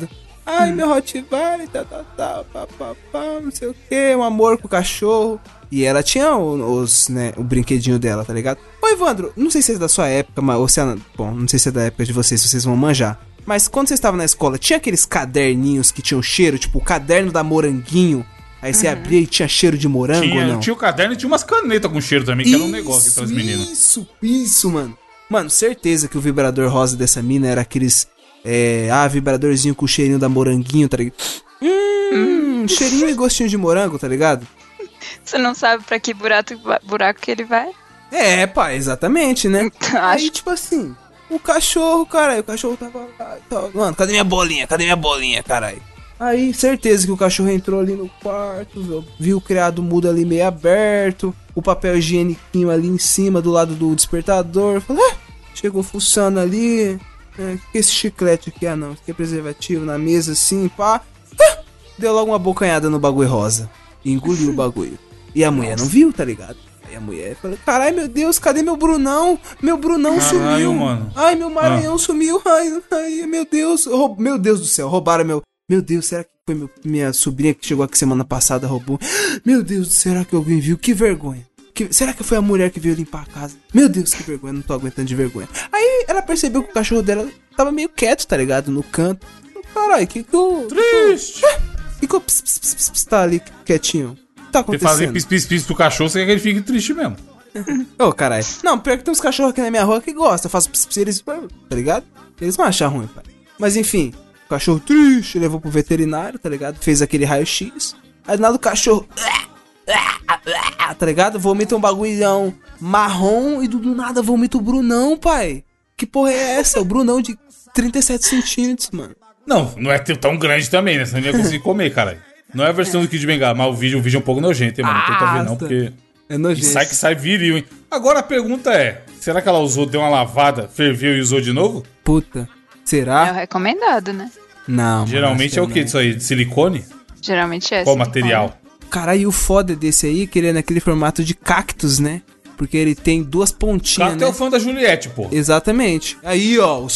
Speaker 4: Ai, meu Rottweiler, pá, não sei o que, um amor com o cachorro. E ela tinha o brinquedinho dela, tá ligado? Ô, Evandro, não sei se é da sua época, mas, ou se é, bom, não sei se é da época de vocês, se vocês vão manjar. Mas quando vocês estavam na escola, tinha aqueles caderninhos que tinham cheiro, tipo o caderno da Moranguinho. Aí você abria e tinha cheiro de morango ou não?
Speaker 2: Tinha o caderno e tinha umas canetas com cheiro também, que era um negócio entre as meninas.
Speaker 4: Isso, mano. Mano, certeza que o vibrador rosa dessa mina era aqueles... vibradorzinho com o cheirinho da Moranguinho, tá ligado? Cheirinho e gostinho de morango, tá ligado?
Speaker 3: Você não sabe pra que buraco que ele vai?
Speaker 4: É, pá, exatamente, né? Aí, tipo assim, o cachorro, caralho, o cachorro tava lá e tal. Mano, cadê minha bolinha, caralho? Aí, certeza que o cachorro entrou ali no quarto, viu o criado mudo ali meio aberto, o papel higiênico ali em cima, do lado do despertador. Falou, chegou fuçando ali, que esse chiclete aqui? Ah, não, isso aqui é preservativo, na mesa assim, pá. Deu logo uma bocanhada no bagulho rosa e engoliu o bagulho. E a mulher não viu, tá ligado? Aí a mulher falou, caralho, meu Deus, cadê meu Brunão? Meu Brunão sumiu.
Speaker 2: Mano.
Speaker 4: Ai, meu Maranhão sumiu. Ai, meu Deus. Meu Deus do céu, roubaram meu... Meu Deus, será que foi minha sobrinha que chegou aqui semana passada, roubou? Meu Deus, será que alguém viu? Que vergonha. Será que foi a mulher que veio limpar a casa? Meu Deus, que vergonha, não tô aguentando de vergonha. Aí ela percebeu que o cachorro dela tava meio quieto, tá ligado? No canto. Caralho, que eu...
Speaker 2: Triste!
Speaker 4: Que eu tá ali quietinho? Tá acontecendo?
Speaker 2: Você fazer pis pro cachorro, você quer que ele fique triste mesmo.
Speaker 4: Ô, caralho. Não, pior que tem uns cachorros aqui na minha rua que gostam. Eu faço pis, eles... Tá ligado? Eles vão achar ruim, pai. Mas enfim... O cachorro triste, levou pro veterinário, tá ligado? Fez aquele raio-x. Aí do nada o cachorro... Tá ligado? Vomita um bagulhão marrom e do nada vomita o Brunão, pai. Que porra é essa? O Brunão de 37 centímetros, mano.
Speaker 2: Não é tão grande também, né? Você não ia conseguir comer, caralho. Não é a versão do Kid Bengala, mas o vídeo é um pouco nojento, hein, mano? Não tenta ver não, porque...
Speaker 4: É nojento.
Speaker 2: E sai viril, hein? Agora a pergunta é, será que ela usou, deu uma lavada, ferveu e usou de novo?
Speaker 4: Puta. Será?
Speaker 3: É o recomendado, né?
Speaker 4: Não.
Speaker 2: Geralmente é o que disso aí? De silicone?
Speaker 3: Geralmente é.
Speaker 2: Qual material?
Speaker 4: Caralho, e o foda desse aí, que ele é naquele formato de cactus, né? Porque ele tem duas pontinhas,
Speaker 2: Claro, né? É o fã da Juliette, pô.
Speaker 4: Exatamente. Aí, ó,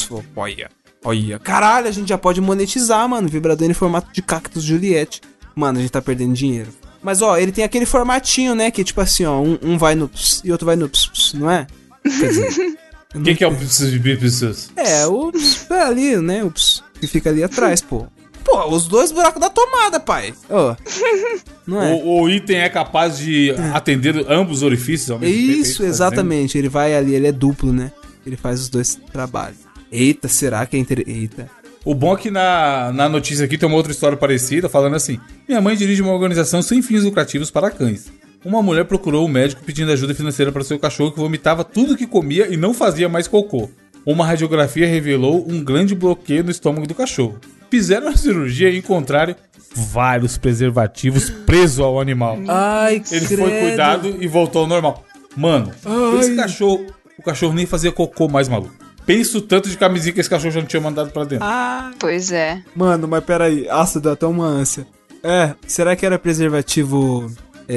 Speaker 4: Olha. Caralho, a gente já pode monetizar, mano. Vibrador em formato de cactus Juliette. Mano, a gente tá perdendo dinheiro. Mas, ó, ele tem aquele formatinho, né? Que é tipo assim, ó. Um vai no ps e outro vai no ps, não é? Quer dizer...
Speaker 2: Quem que é o ps?
Speaker 4: É, o ps ali, né? O ps que fica ali atrás, pô. Pô, os dois buracos da tomada, pai. Ó. Não é?
Speaker 2: O item é capaz de atender ambos os orifícios ao mesmo tempo.
Speaker 4: Isso, exatamente. Ele vai ali, ele é duplo, né? Ele faz os dois trabalhos. Eita, será que é interessante? Eita.
Speaker 2: O bom é que na notícia aqui tem uma outra história parecida, falando assim: minha mãe dirige uma organização sem fins lucrativos para cães. Uma mulher procurou um médico pedindo ajuda financeira para seu cachorro que vomitava tudo que comia e não fazia mais cocô. Uma radiografia revelou um grande bloqueio no estômago do cachorro. Fizeram a cirurgia e encontraram vários preservativos presos ao animal.
Speaker 4: Ai,
Speaker 2: Ele foi cuidado e voltou ao normal. Mano, esse cachorro, o cachorro nem fazia cocô mais, maluco. Pensa o tanto de camisinha que esse cachorro já não tinha mandado pra dentro.
Speaker 3: Pois é.
Speaker 4: Mano, mas peraí, deu até uma ânsia. Será que era preservativo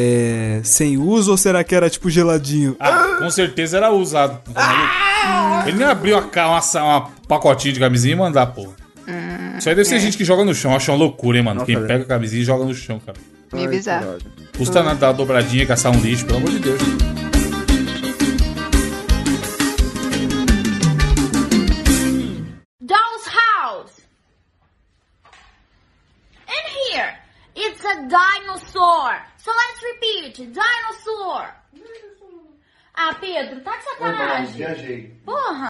Speaker 4: sem uso ou será que era tipo geladinho?
Speaker 2: Com certeza era usado. Ele nem abriu uma pacotinho de camisinha e mandar, porra. Isso aí deve ser gente que joga no chão. Acho uma loucura, hein, mano.
Speaker 4: Nossa,
Speaker 2: quem pega a camisinha e joga no chão, cara.
Speaker 3: Meio bizarro.
Speaker 2: Custa nada dar uma dobradinha e caçar um lixo, pelo amor de Deus.
Speaker 5: Doll's house. And here, it's a dinosaur. So let's repeat, dinosaur. Ah, Pedro, tá de sacanagem.
Speaker 1: Viajei.
Speaker 5: Porra.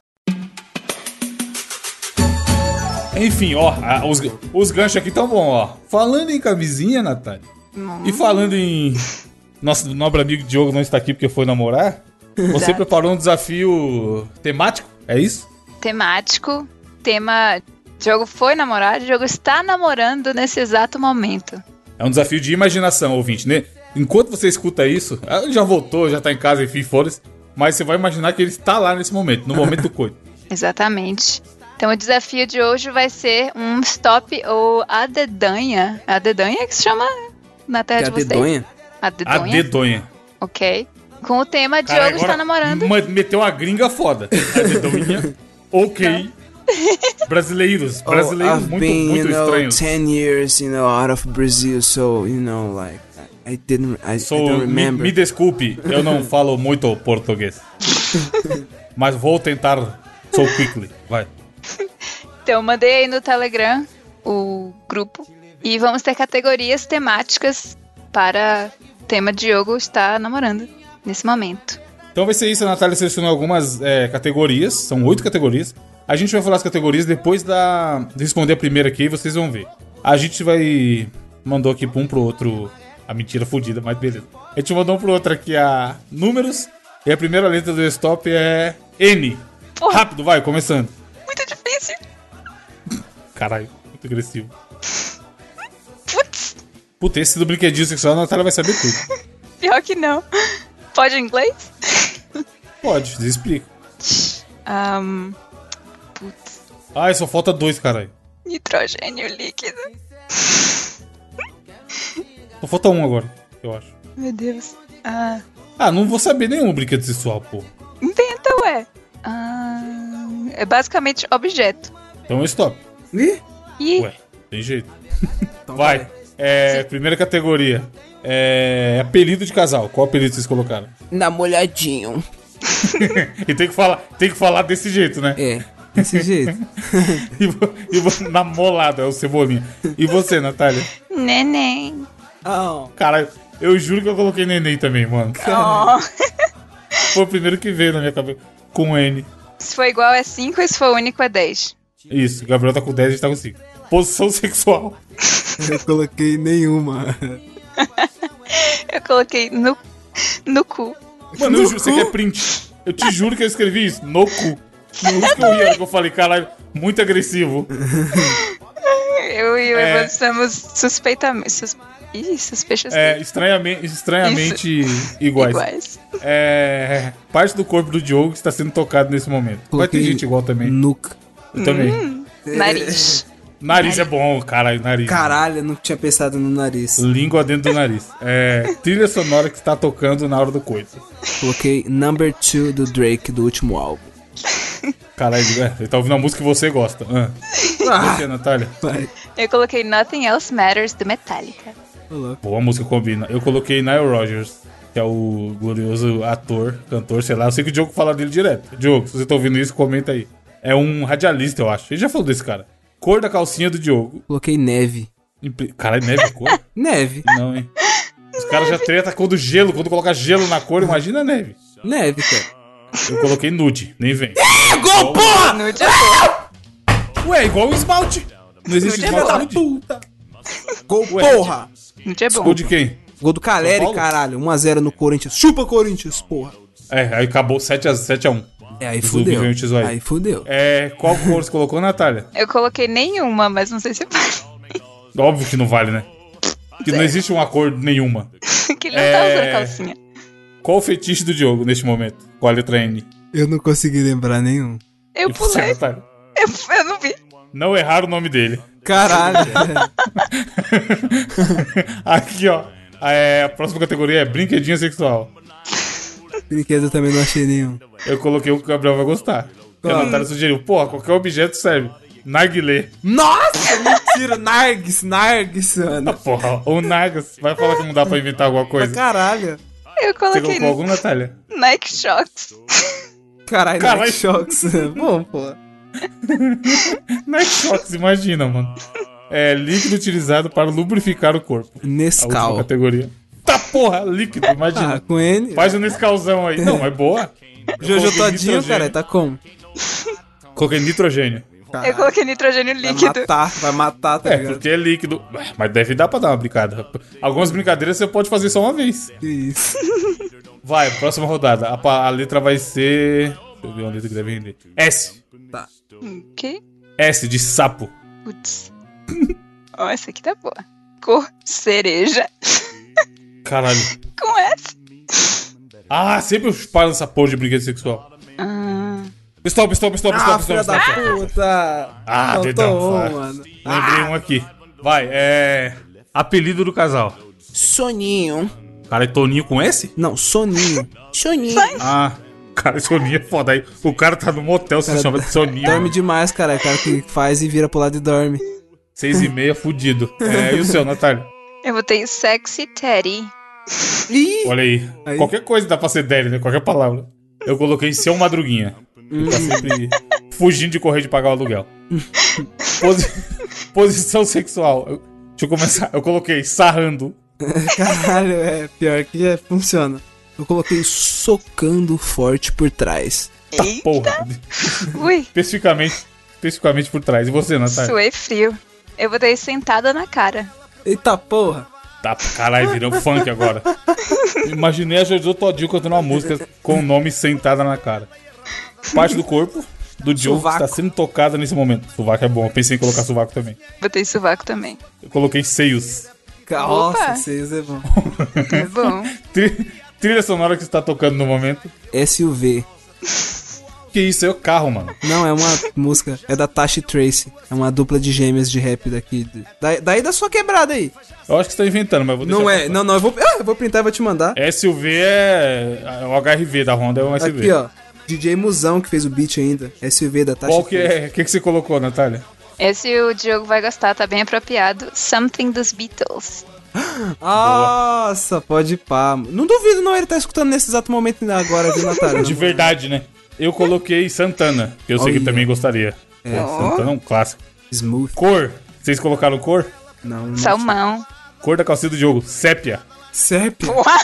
Speaker 2: Enfim, ó, os ganchos aqui tão bons, ó. Falando em camisinha, Natália, e falando em... Nosso nobre amigo Diogo não está aqui porque foi namorar. Você preparou um desafio temático, é isso?
Speaker 3: Temático, tema... Diogo foi namorar, Diogo está namorando nesse exato momento.
Speaker 2: É um desafio de imaginação, ouvinte, né? Enquanto você escuta isso, ele já voltou, já tá em casa, enfim, foda-se. Mas você vai imaginar que ele está lá nesse momento, no momento do coito.
Speaker 3: Exatamente. Então o desafio de hoje vai ser um stop ou a dedanha. A dedanha que se chama na terra de vocês?
Speaker 4: Dedonha?
Speaker 3: A dedonha?
Speaker 2: A dedonha.
Speaker 3: Ok. Com o tema Diogo está namorando.
Speaker 2: Meteu uma gringa foda. A dedonha. Ok. Brasileiros
Speaker 4: I've
Speaker 2: muito,
Speaker 4: been,
Speaker 2: muito estranhos.
Speaker 4: 10 years, out of Brazil, so, like, I don't remember.
Speaker 2: Me desculpe, eu não falo muito português. Mas vou tentar so quickly. Vai.
Speaker 3: Então, eu mandei aí no Telegram o grupo. E vamos ter categorias temáticas para o tema Diogo estar namorando nesse momento.
Speaker 2: Então vai ser isso, a Natália selecionou algumas categorias, são 8 categorias. A gente vai falar as categorias depois de responder a primeira aqui e vocês vão ver. A gente vai... Mandou aqui pra um pro outro... A mentira fodida, mas beleza. A gente mandou um pro outro aqui a números. E a primeira letra do stop é N.
Speaker 3: Porra.
Speaker 2: Rápido, vai, começando.
Speaker 3: Muito difícil.
Speaker 2: Caralho, muito agressivo.
Speaker 3: Putz,
Speaker 2: Puta, esse do brinquedinho sexual, a Natália vai saber tudo.
Speaker 3: pior que não. Pode em inglês?
Speaker 2: Pode, explica.
Speaker 3: Putz,
Speaker 2: Ai, só falta 2, caralho.
Speaker 3: nitrogênio líquido.
Speaker 2: Só falta 1 agora, eu acho.
Speaker 3: Meu Deus.
Speaker 2: Não vou saber nenhum brinquedo sexual, pô.
Speaker 3: Inventa, ué. É basicamente objeto.
Speaker 2: Então stop.
Speaker 3: E
Speaker 2: Ué, tem jeito.
Speaker 4: Então
Speaker 2: Vai. Primeira categoria. Apelido de casal. Qual apelido vocês colocaram?
Speaker 4: Namolhadinho.
Speaker 2: E tem que falar desse jeito, né?
Speaker 4: Desse jeito.
Speaker 2: Namolado, é o Cebolinha. E você, Natália?
Speaker 3: neném.
Speaker 2: Caralho, eu juro que eu coloquei neném também, mano.
Speaker 3: Oh.
Speaker 2: Foi o primeiro que veio na minha cabeça. Com N.
Speaker 3: Se for igual é 5 e se for único é 10.
Speaker 2: Isso, o Gabriel tá com 10 e a gente tá com 5. Posição sexual.
Speaker 4: Eu coloquei nenhuma.
Speaker 3: Eu coloquei no cu.
Speaker 2: Mano, eu juro, você quer print? Eu te juro que eu escrevi isso, no cu. Por isso que eu ri, que eu falei, caralho, muito agressivo.
Speaker 3: Eu e o Evandro estamos suspeitamente... suspeitos.
Speaker 2: Estranhamente iguais. Parte do corpo do Diogo está sendo tocado nesse momento. Vai ter gente igual também.
Speaker 4: Nuca.
Speaker 2: Eu também.
Speaker 3: Nariz.
Speaker 2: Nariz é bom, caralho, nariz.
Speaker 4: Caralho, eu não tinha pensado no nariz.
Speaker 2: Língua dentro do nariz. Trilha sonora que está tocando na hora do coito.
Speaker 4: Coloquei Number 2 do Drake, do último álbum.
Speaker 2: Caralho, ele tá ouvindo a música que você gosta. Você, Natália?
Speaker 4: Vai.
Speaker 3: Eu coloquei Nothing Else Matters do Metallica.
Speaker 2: Boa música combina. Eu coloquei Nile Rodgers, que é o glorioso ator, cantor, sei lá. Eu sei que o Diogo fala dele direto. Diogo, se você tá ouvindo isso, comenta aí. É um radialista, eu acho. Ele já falou desse cara. Cor da calcinha do Diogo.
Speaker 4: Coloquei neve.
Speaker 2: Caralho, neve é cor?
Speaker 4: Neve.
Speaker 2: Não, hein? Os caras já tretam com o do gelo. Quando coloca gelo na cor, imagina a neve.
Speaker 4: Neve, cara.
Speaker 2: Eu coloquei nude, nem vem.
Speaker 4: Gol, porra!
Speaker 3: Nude é bom.
Speaker 2: Ué, igual o esmalte. Não existe
Speaker 3: Nude é
Speaker 2: esmalte
Speaker 3: bom.
Speaker 2: nude.
Speaker 4: Gol,
Speaker 2: Ué,
Speaker 4: porra!
Speaker 3: Nude é bom.
Speaker 2: Gol de quem?
Speaker 4: Gol do Caleri,
Speaker 2: São Paulo?
Speaker 4: caralho. 1x0 no Corinthians. Chupa, Corinthians, porra.
Speaker 2: Aí acabou 7x1.
Speaker 4: Aí
Speaker 2: Os
Speaker 4: fudeu.
Speaker 2: ouvintes aí.
Speaker 4: Aí fudeu.
Speaker 2: Qual cor você colocou, Natália?
Speaker 3: Eu coloquei nenhuma, mas não sei se vale.
Speaker 2: Óbvio que não vale, né? Que não existe uma cor nenhuma.
Speaker 3: Que ele não tá usando calcinha.
Speaker 2: Qual o fetiche do Diogo neste momento? Com a letra N?
Speaker 4: Eu não consegui lembrar nenhum.
Speaker 3: Eu
Speaker 2: E você,
Speaker 3: pulei.
Speaker 2: Natália?
Speaker 3: Eu não vi.
Speaker 2: Não errar o nome dele.
Speaker 4: Caralho.
Speaker 2: Aqui, ó. A próxima categoria é brinquedinho sexual.
Speaker 4: Brinquedo eu também não achei nenhum.
Speaker 2: Eu coloquei o que o Gabriel vai gostar. Que a Natália sugeriu. Porra, qualquer objeto serve. Narguilé.
Speaker 4: Nossa, mentira. Nargues, mano.
Speaker 2: Porra, ou Nagas. Vai falar que não dá pra inventar alguma coisa.
Speaker 4: Caralho.
Speaker 3: Eu
Speaker 2: Você
Speaker 3: coloquei
Speaker 2: colocou algum, Natália?
Speaker 3: Nike Shox.
Speaker 4: Caralho,
Speaker 2: Caralho.
Speaker 4: Nike Shox. Bom, pô.
Speaker 2: Nike Shox, imagina, mano. Líquido utilizado para lubrificar o corpo. A última
Speaker 4: Nescau.
Speaker 2: categoria. Tá porra, líquido, imagina.
Speaker 4: Com N.
Speaker 2: Faz um Nescauzão aí. Não, é boa.
Speaker 4: Jojo
Speaker 2: coloquei
Speaker 4: todinho,
Speaker 2: nitrogênio.
Speaker 4: cara. Tá como?
Speaker 2: Coloquei nitrogênio.
Speaker 3: Eu coloquei nitrogênio líquido.
Speaker 4: Vai matar, tá ligado?
Speaker 2: Porque é líquido. Mas deve dar pra dar uma brincada. Algumas brincadeiras você pode fazer só uma vez.
Speaker 4: Que isso.
Speaker 2: Vai, próxima rodada. A letra vai ser... Deixa eu ver uma letra que deve render. S.
Speaker 3: Que?
Speaker 2: S de sapo.
Speaker 3: Putz. Ó, essa aqui tá boa. Cor cereja.
Speaker 2: Caralho.
Speaker 3: Com S.
Speaker 2: Sempre eu paro nessa porra de brinquedo sexual. Pistol.
Speaker 4: Filha da puta. Faltou
Speaker 2: dedão.
Speaker 4: mano.
Speaker 2: Lembrei um aqui. Vai, apelido do casal.
Speaker 4: Soninho.
Speaker 2: Cara, é Toninho com S?
Speaker 4: Não, Soninho. Soninho.
Speaker 2: Cara, soninho é foda. Aí o cara tá no motel, se chama de soninho.
Speaker 4: Dorme demais, cara. É o cara que faz e vira pro lado e dorme.
Speaker 2: 6h30, fudido. E o seu, Natália?
Speaker 3: Eu botei Sexy Teddy.
Speaker 4: Ih!
Speaker 2: Olha aí. Qualquer coisa dá pra ser daddy, né? Qualquer palavra. Eu coloquei Seu Madruguinha. Ele tá sempre fugindo de correr de pagar o aluguel. Posição sexual. Deixa eu começar. Eu coloquei sarrando.
Speaker 4: Caralho, pior que já funciona. Eu coloquei socando forte por trás.
Speaker 2: Tá, porra.
Speaker 3: Ui,
Speaker 2: Especificamente por trás. E você, Natália?
Speaker 3: suei frio. Eu botei sentada na cara.
Speaker 4: Eita porra!
Speaker 2: Tá, caralho, virou funk agora. Imaginei a Jojo Todinho cantando uma música com o nome Sentada na Cara. Parte do corpo do Diogo que está sendo tocada nesse momento. Sovaco é bom, eu pensei em colocar sovaco também.
Speaker 3: Botei sovaco também.
Speaker 2: Eu coloquei seios.
Speaker 4: Nossa, seios é bom.
Speaker 3: É bom.
Speaker 2: Trilha sonora que está tocando no momento.
Speaker 4: SUV.
Speaker 2: Que isso, é o carro, mano.
Speaker 4: Não, é uma música. É da Tashi Trace. É uma dupla de gêmeas de rap daqui. Daí da sua quebrada aí.
Speaker 2: Eu acho que você tá inventando, mas eu vou deixar.
Speaker 4: Não é,
Speaker 2: passar.
Speaker 4: não, eu vou printar e vou te mandar.
Speaker 2: SUV é o HRV da Honda, é um SUV.
Speaker 4: Aqui, ó. DJ Musão que fez o beat ainda. SUV da Tashi
Speaker 2: Qual que é? O que você colocou, Natália?
Speaker 3: Esse o Diogo vai gostar, tá bem apropriado. Something dos Beatles.
Speaker 4: Nossa, pode ir pá. Não duvido não ele tá escutando nesse exato momento agora, viu, Natália?
Speaker 2: De verdade, né? Eu coloquei Santana, que eu sei que
Speaker 4: Olha.
Speaker 2: também gostaria. Santana é um clássico.
Speaker 4: Smooth.
Speaker 2: Cor. Vocês colocaram cor?
Speaker 4: Não.
Speaker 3: Salmão.
Speaker 2: Cor da calcinha do Diogo. Sépia.
Speaker 4: Sépia.
Speaker 3: Porra.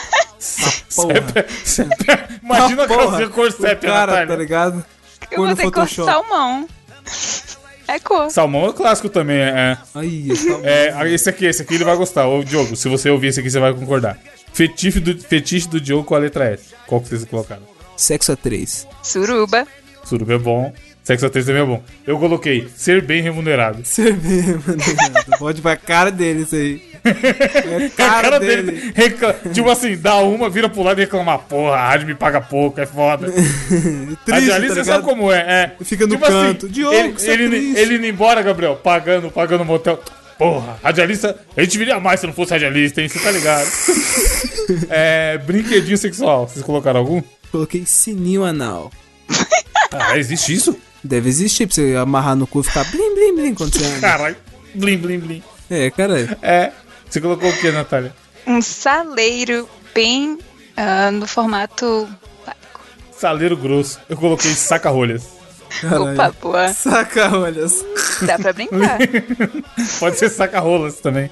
Speaker 2: Sépia. Imagina a calcinha cor sépia,
Speaker 4: cara,
Speaker 2: Natália.
Speaker 4: tá ligado?
Speaker 3: Eu
Speaker 4: Cor no
Speaker 3: botei cor
Speaker 4: Photoshop.
Speaker 3: salmão. É cor.
Speaker 2: Salmão é clássico também,
Speaker 4: Aí,
Speaker 2: esse aqui ele vai gostar. Ô, Diogo, se você ouvir esse aqui, você vai concordar. Fetiche do Diogo com a letra S. Qual que vocês colocaram?
Speaker 4: Sexo a 3.
Speaker 3: Suruba.
Speaker 2: Suruba é bom. Sexo a 3 também é bom. Eu coloquei ser bem remunerado.
Speaker 4: Você vê, mano. Pode pra cara dele isso aí. É
Speaker 2: A cara dele tipo assim, dá uma, vira pro lado e reclamar. Porra, a rádio me paga pouco, é foda.
Speaker 4: Triste,
Speaker 2: Radialista
Speaker 4: tá
Speaker 2: sabe
Speaker 4: ligado?
Speaker 2: como é.
Speaker 4: Fica no
Speaker 2: Tipo
Speaker 4: canto.
Speaker 2: assim,
Speaker 4: Diogo, você é triste.
Speaker 2: ele indo embora, Gabriel, pagando motel. Porra, radialista, a gente viria mais se não fosse radialista, hein? Você tá ligado? Brinquedinho sexual. Vocês colocaram algum?
Speaker 4: Coloquei sininho anal.
Speaker 2: Ah, existe isso?
Speaker 4: Deve existir pra você amarrar no cu e ficar blim, blim, blim quando você anda.
Speaker 2: Caralho. Blim, blim, blim.
Speaker 4: Caralho.
Speaker 2: Você colocou o que, Natália?
Speaker 3: Um saleiro bem no formato básico.
Speaker 2: Saleiro grosso. Eu coloquei saca-rolhas.
Speaker 3: Opa, boa.
Speaker 4: Saca-olhas.
Speaker 3: Dá pra brincar.
Speaker 2: Pode ser saca-rolas também.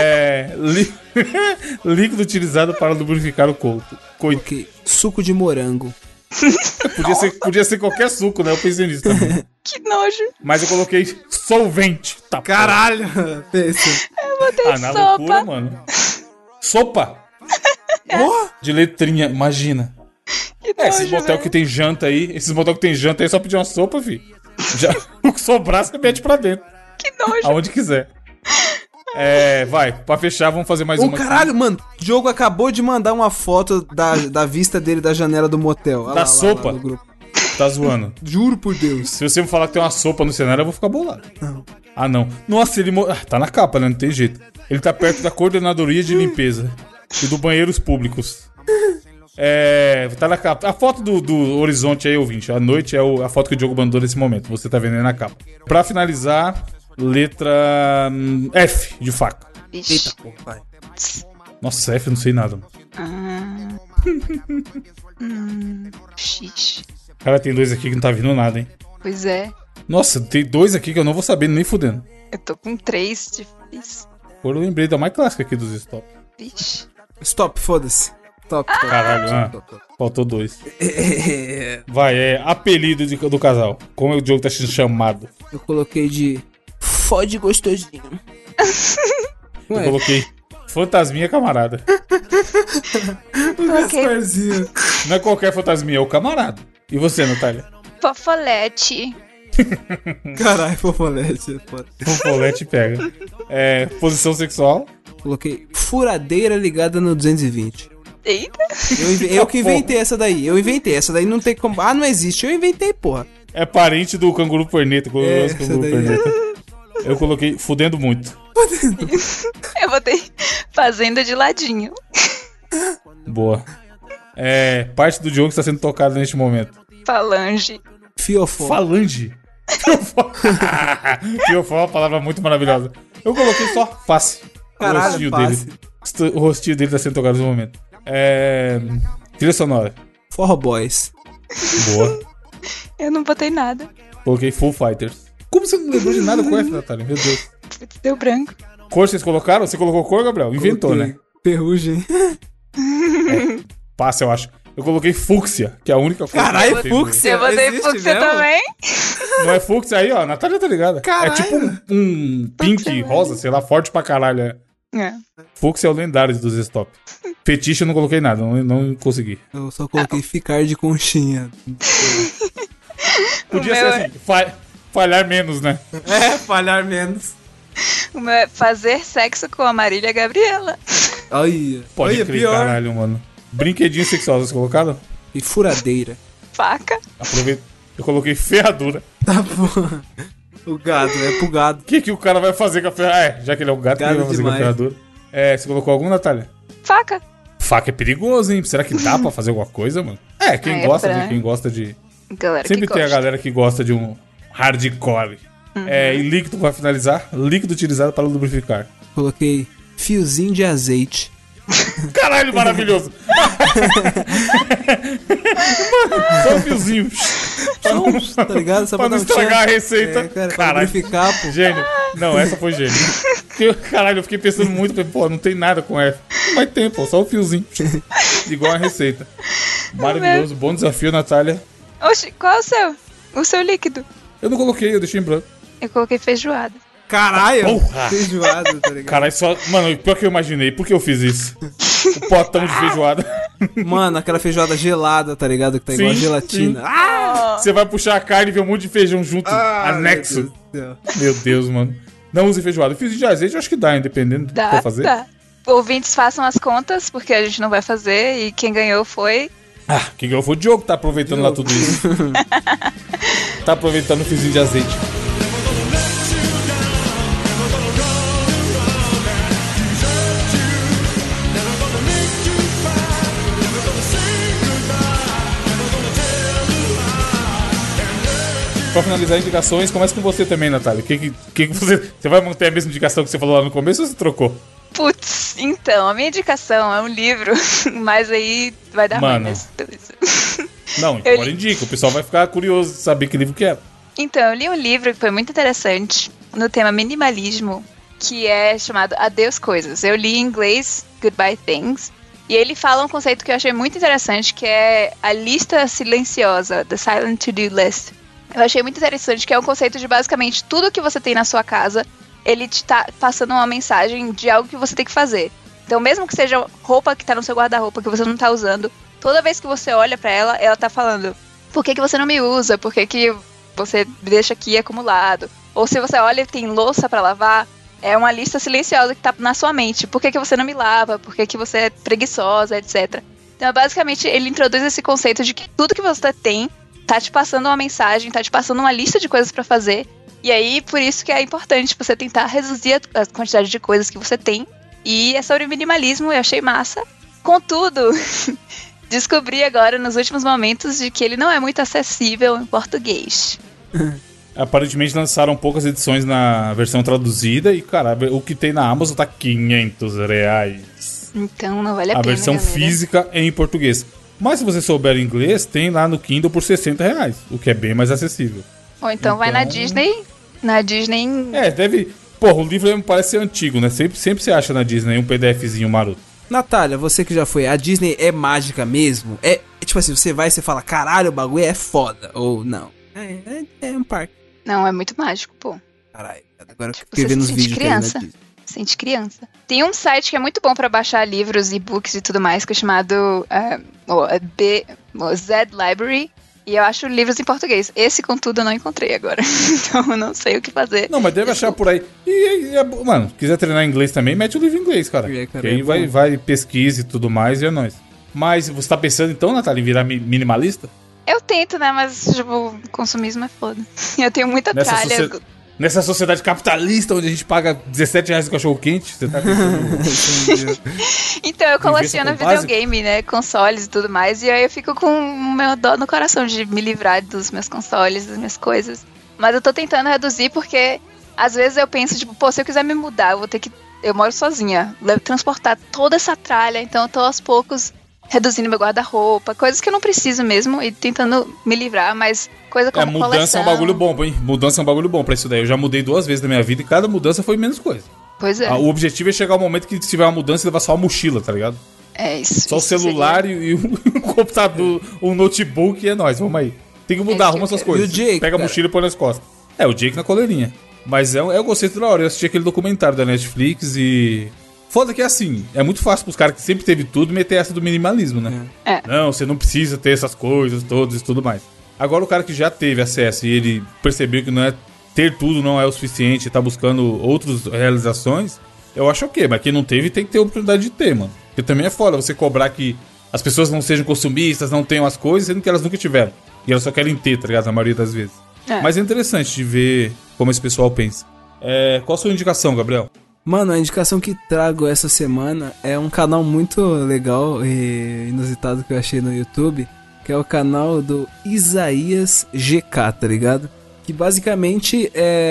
Speaker 2: Líquido utilizado para lubrificar o coito.
Speaker 4: Coloquei suco de morango.
Speaker 2: Podia ser qualquer suco, né? Eu pensei nisso também.
Speaker 3: Que nojo.
Speaker 2: Mas eu coloquei solvente. Tá,
Speaker 4: Caralho. Pensa.
Speaker 3: Eu botei
Speaker 2: na
Speaker 3: sopa.
Speaker 2: loucura, mano. Sopa? De letrinha, imagina.
Speaker 3: Que nojo,
Speaker 2: Esses motel
Speaker 3: velho.
Speaker 2: que tem janta aí, só pedir uma sopa, fi. Já, o que sobrar, você mete pra dentro.
Speaker 3: Que nojo.
Speaker 2: Aonde quiser. Vai, pra fechar, vamos fazer mais uma
Speaker 4: Caralho,
Speaker 2: aqui.
Speaker 4: mano. O Diogo acabou de mandar uma foto da vista dele da janela do motel. Olha
Speaker 2: Da
Speaker 4: lá,
Speaker 2: sopa?
Speaker 4: lá no grupo.
Speaker 2: Tá zoando.
Speaker 4: Juro por Deus.
Speaker 2: Se você me falar que tem uma sopa no cenário, eu vou ficar bolado.
Speaker 4: Não.
Speaker 2: Ah, não. Nossa, ele... tá na capa, né? Não tem jeito. Ele tá perto da coordenadoria de limpeza e do banheiros públicos. Tá na capa. A foto do horizonte aí, ouvinte. A noite é a foto que o Diogo mandou nesse momento. Você tá vendo aí na capa. Pra finalizar, letra F de faca.
Speaker 3: Ixi.
Speaker 4: Eita, porra, vai.
Speaker 2: Nossa, F eu não sei nada, mano.
Speaker 3: Xixi.
Speaker 2: Cara, tem dois aqui que não tá vindo nada, hein?
Speaker 3: Pois é.
Speaker 2: Nossa, tem dois aqui que eu não vou saber nem fudendo.
Speaker 3: Eu tô com 3 difíceis.
Speaker 2: Agora eu lembrei da mais clássica aqui dos stop.
Speaker 3: Vixe.
Speaker 4: Stop, foda-se. Stop.
Speaker 2: Caralho, faltou dois. Vai, apelido do casal. Como o Diogo tá sendo chamado?
Speaker 4: Eu coloquei de fode gostosinho.
Speaker 2: Eu
Speaker 4: Ué,
Speaker 2: coloquei fantasminha camarada.
Speaker 3: Coloquei
Speaker 2: Não é qualquer fantasminha, é o camarada. E você, Natália?
Speaker 3: fofolete.
Speaker 4: caralho, fofolete. Foda.
Speaker 2: Fofolete pega. Posição sexual.
Speaker 4: Coloquei furadeira ligada no 220.
Speaker 3: Eita.
Speaker 4: Eu que inventei essa daí. Essa daí não tem como. Ah, não existe. Eu inventei, porra.
Speaker 2: É parente do canguru perneta.
Speaker 4: Essa daí.
Speaker 2: Eu coloquei fudendo muito.
Speaker 3: Eu botei fazenda de ladinho.
Speaker 2: Boa. Parte do jogo que está sendo tocada neste momento.
Speaker 3: Falange.
Speaker 4: Fiofó.
Speaker 2: Falange? Fiofó. Fiofó é uma palavra muito maravilhosa. Eu coloquei só face.
Speaker 4: Caralho, face.
Speaker 2: O rostinho dele tá sendo tocado no momento. Trilha sonora.
Speaker 4: Forró Boys.
Speaker 2: Boa.
Speaker 3: Eu não botei nada.
Speaker 2: Coloquei Full Fighters. Como você não lembrou de nada com F, Natália? Meu Deus.
Speaker 3: Putz, deu branco.
Speaker 2: Cor vocês colocaram? Você colocou cor, Gabriel? Inventou,
Speaker 4: Coloquei.
Speaker 2: né?
Speaker 4: Ferrugem.
Speaker 2: Passa, eu acho. Eu coloquei fúcsia, que é a única cor.
Speaker 4: Caralho,
Speaker 2: que
Speaker 4: fúcsia.
Speaker 3: Eu botei
Speaker 4: Existe
Speaker 3: fúcsia
Speaker 4: mesmo?
Speaker 3: também.
Speaker 2: Não é fúcsia aí, ó. A Natália tá ligada.
Speaker 4: Caralho.
Speaker 2: É tipo um pink
Speaker 3: Fúcsia,
Speaker 2: rosa, sei lá, forte pra caralho. Fúcsia é o lendário dos stop. Fetiche eu não coloquei nada, não consegui.
Speaker 4: Eu só coloquei ficar de conchinha.
Speaker 2: Podia
Speaker 3: O
Speaker 2: ser
Speaker 3: meu
Speaker 2: assim, falhar menos, né?
Speaker 4: Falhar menos.
Speaker 3: O meu é fazer sexo com a Marília Gabriela.
Speaker 4: Olha.
Speaker 2: Pode
Speaker 4: Olha,
Speaker 2: crer,
Speaker 4: pior.
Speaker 2: caralho, mano. Brinquedinho sexual, vocês colocaram?
Speaker 4: E furadeira.
Speaker 3: Faca.
Speaker 2: Aproveita. Eu coloquei ferradura.
Speaker 4: Tá bom. O gado, é pro gado.
Speaker 2: O que o cara vai fazer com a ferradura? Já que ele é um gato, o que ele vai fazer
Speaker 4: demais.
Speaker 2: com a ferradura? Você colocou algum, Natália?
Speaker 3: Faca.
Speaker 2: Faca é perigoso, hein? Será que dá pra fazer alguma coisa, mano? Quem gosta
Speaker 3: pra-
Speaker 2: de... Quem gosta de...
Speaker 3: Galera
Speaker 2: Sempre
Speaker 3: que
Speaker 2: tem a
Speaker 3: gosta.
Speaker 2: galera que gosta de um hardcore. E líquido pra finalizar. Líquido utilizado para lubrificar.
Speaker 4: Coloquei fiozinho de azeite.
Speaker 2: Caralho, maravilhoso! Só um fiozinho.
Speaker 4: Tá ligado? Só
Speaker 2: Pra não
Speaker 4: dar um tchan.
Speaker 2: estragar a receita.
Speaker 4: Cara, pra
Speaker 2: Caralho.
Speaker 4: lubrificar, pô.
Speaker 2: Gênio. Não, essa foi gênio. Caralho, eu fiquei pensando muito, pô, não tem nada com F. Mas tem, pô, só o fiozinho. Igual a receita. Maravilhoso, bom desafio, Natália.
Speaker 3: Oxi, qual é o seu? O seu líquido.
Speaker 2: Eu não coloquei, eu deixei em branco.
Speaker 3: Eu coloquei feijoada.
Speaker 4: Caralho.
Speaker 2: Porra.
Speaker 4: Feijoada, tá ligado?
Speaker 2: Caralho, só. Mano, pior que eu imaginei, por que eu fiz isso? O potão de feijoada.
Speaker 4: Mano, aquela feijoada gelada, tá ligado? Que tá igual a
Speaker 2: Sim,
Speaker 4: gelatina.
Speaker 2: sim.
Speaker 4: Ah!
Speaker 2: Você vai puxar a carne e ver um monte de feijão junto, anexo.
Speaker 4: Meu Deus do céu.
Speaker 2: Meu Deus, mano. Não use feijoada. Eu fiz de azeite, eu acho que dá, independendo do que
Speaker 3: Dá,
Speaker 2: for fazer.
Speaker 3: dá. Ouvintes, façam as contas, porque a gente não vai fazer. E quem ganhou foi...
Speaker 2: Quem ganhou foi o Diogo, tá aproveitando lá tudo isso. Tá aproveitando o fiozinho de azeite. Pra finalizar indicações, começa com você também, Natália. O que você vai manter a mesma indicação que você falou lá no começo ou você trocou?
Speaker 3: Putz, então, a minha indicação é um livro, mas aí vai dar
Speaker 2: Mano.
Speaker 3: ruim, mas...
Speaker 2: Não,
Speaker 3: Eu
Speaker 2: agora
Speaker 3: li-
Speaker 2: indica. O pessoal vai ficar curioso de saber que livro que é.
Speaker 3: Então, eu li um livro que foi muito interessante no tema minimalismo, que é chamado Adeus Coisas. Eu li em inglês Goodbye Things, e ele fala um conceito que eu achei muito interessante, que é a lista silenciosa, The Silent To-Do List. Eu achei muito interessante, que é um conceito de basicamente tudo que você tem na sua casa, ele te tá passando uma mensagem de algo que você tem que fazer. Então, mesmo que seja roupa que tá no seu guarda-roupa, que você não tá usando, toda vez que você olha pra ela, ela tá falando: por que você não me usa? Por que você deixa aqui acumulado? Ou se você olha e tem louça pra lavar, é uma lista silenciosa que tá na sua mente. Por que você não me lava? Por que você é preguiçosa, etc. Então, basicamente, ele introduz esse conceito de que tudo que você tem tá te passando uma mensagem, tá te passando uma lista de coisas pra fazer. E aí, por isso que é importante você tentar reduzir a quantidade de coisas que você tem. E é sobre minimalismo, eu achei massa. Contudo, descobri agora, nos últimos momentos, de que ele não é muito acessível em português.
Speaker 2: Aparentemente lançaram poucas edições na versão traduzida e, cara, o que tem na Amazon tá R$500.
Speaker 3: Então não vale a
Speaker 2: A
Speaker 3: pena,
Speaker 2: versão
Speaker 3: galera.
Speaker 2: física é em português. Mas se você souber inglês, tem lá no Kindle por R$60, o que é bem mais acessível.
Speaker 3: Ou então vai na
Speaker 2: Então-
Speaker 3: Disney. Na Disney...
Speaker 2: Deve... Porra, o livro me parece ser antigo, né? Sempre você acha na Disney um PDFzinho maroto.
Speaker 4: Natália, você que já foi, a Disney é mágica mesmo? É tipo assim, você vai e você fala, caralho, o bagulho é foda. Ou não? É um parque.
Speaker 3: Não, é muito mágico, pô.
Speaker 4: Caralho, agora eu
Speaker 3: Tipo,
Speaker 4: fiquei
Speaker 3: você
Speaker 4: vendo
Speaker 3: se
Speaker 4: os
Speaker 3: sente
Speaker 4: vídeos que era na
Speaker 3: criança.
Speaker 4: Disney.
Speaker 3: Sente criança. Tem um site que é muito bom pra baixar livros, e-books e tudo mais, que é chamado Zed Library. E eu acho livros em português. Esse, contudo, eu não encontrei agora. Então eu não sei o que fazer.
Speaker 2: Não, mas deve achar por aí. Mano, quiser treinar inglês também, mete o livro em inglês, cara.
Speaker 4: É, cara,
Speaker 2: Quem
Speaker 4: é
Speaker 2: vai,
Speaker 4: bom.
Speaker 2: vai pesquisa e tudo mais e é nóis. Mas você tá pensando então, Natália, em virar minimalista?
Speaker 3: Eu tento, né? Mas, tipo, consumismo é foda. Eu tenho muita
Speaker 2: Nessa
Speaker 3: tralha.
Speaker 2: Nessa sociedade capitalista onde a gente paga R$17 no cachorro-quente, você tá pensando...
Speaker 3: Então, eu coleciono videogame, né? Consoles e tudo mais. E aí eu fico com o meu dó no coração de me livrar dos meus consoles, das minhas coisas. Mas eu tô tentando reduzir porque às vezes eu penso, tipo, pô, se eu quiser me mudar, eu vou ter que... Eu moro sozinha, transportar toda essa tralha, então eu tô aos poucos reduzindo meu guarda-roupa, coisas que eu não preciso mesmo e tentando me livrar, mas coisa como
Speaker 2: mudança
Speaker 3: coleção.
Speaker 2: É um bagulho bom, hein? Mudança é um bagulho bom pra isso daí. Eu já mudei 2 vezes na minha vida e cada mudança foi menos coisa.
Speaker 3: Pois é.
Speaker 2: O objetivo é chegar ao momento que se tiver uma mudança e levar só a mochila, tá ligado?
Speaker 3: É isso.
Speaker 2: Só o celular e um computador, um notebook e é nóis, vamos aí. Tem que mudar, arruma suas coisas.
Speaker 4: E o Jake,
Speaker 2: pega a mochila e põe nas costas. É, o Jake na coleirinha. Mas eu gostei da hora, eu assisti aquele documentário da Netflix e... Foda que é assim, é muito fácil pros caras que sempre teve tudo meter essa do minimalismo, né?
Speaker 3: É.
Speaker 2: Não, você não precisa ter essas coisas todas e tudo mais. Agora o cara que já teve acesso e ele percebeu que não é ter tudo não é o suficiente e tá buscando outras realizações, eu acho ok, mas quem não teve tem que ter a oportunidade de ter, mano. Porque também é foda você cobrar que as pessoas não sejam consumistas, não tenham as coisas, sendo que elas nunca tiveram. E elas só querem ter, tá ligado? Na maioria das vezes. Mas é interessante de ver como esse pessoal pensa. Qual a sua indicação, Gabriel?
Speaker 4: Mano, a indicação que trago essa semana é um canal muito legal e inusitado que eu achei no YouTube, que é o canal do Isaías GK, tá ligado? Que basicamente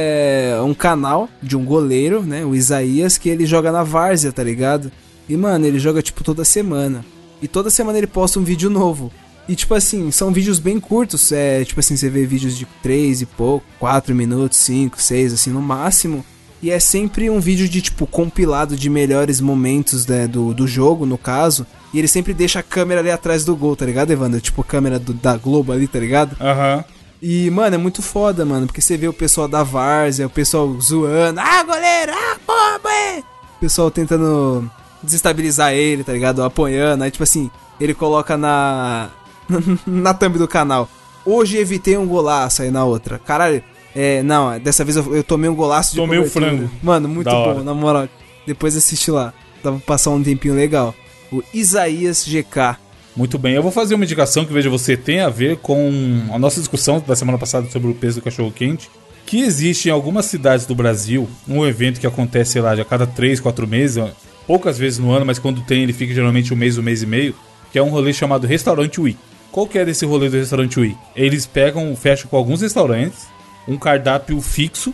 Speaker 4: é um canal de um goleiro, né, o Isaías, que ele joga na várzea, tá ligado? E, mano, ele joga, tipo, toda semana. E toda semana ele posta um vídeo novo. E, tipo assim, são vídeos bem curtos, tipo assim, você vê vídeos de 3 e pouco, 4 minutos, 5, 6, assim, no máximo. E é sempre um vídeo de, tipo, compilado de melhores momentos, né, do jogo, no caso. E ele sempre deixa a câmera ali atrás do gol, tá ligado, Evandro? Tipo, a câmera da Globo ali, tá ligado?
Speaker 2: Aham.
Speaker 4: E, mano, é muito foda, mano. Porque você vê o pessoal da várzea, o pessoal zoando. Ah, goleiro! Ah, porra, boy! O pessoal tentando desestabilizar ele, tá ligado? Apoiando. Aí, tipo assim, ele coloca na thumb do canal. Hoje evitei um golaço, aí na outra. Caralho. Não, dessa vez eu tomei um golaço de
Speaker 2: Tomei o frango.
Speaker 4: Mano, muito bom, na moral. Depois assisti lá. Dá pra passar um tempinho legal. O Isaías GK.
Speaker 2: Muito bem, eu vou fazer uma indicação que, veja você, tem a ver com a nossa discussão da semana passada sobre o peso do cachorro-quente. Que existe em algumas cidades do Brasil um evento que acontece, sei lá, de a cada 3, 4 meses, poucas vezes no ano, mas quando tem ele fica geralmente um mês e meio, que é um rolê chamado Restaurante Week. Qual que é desse rolê do Restaurante Week? Eles fecham com alguns restaurantes um cardápio fixo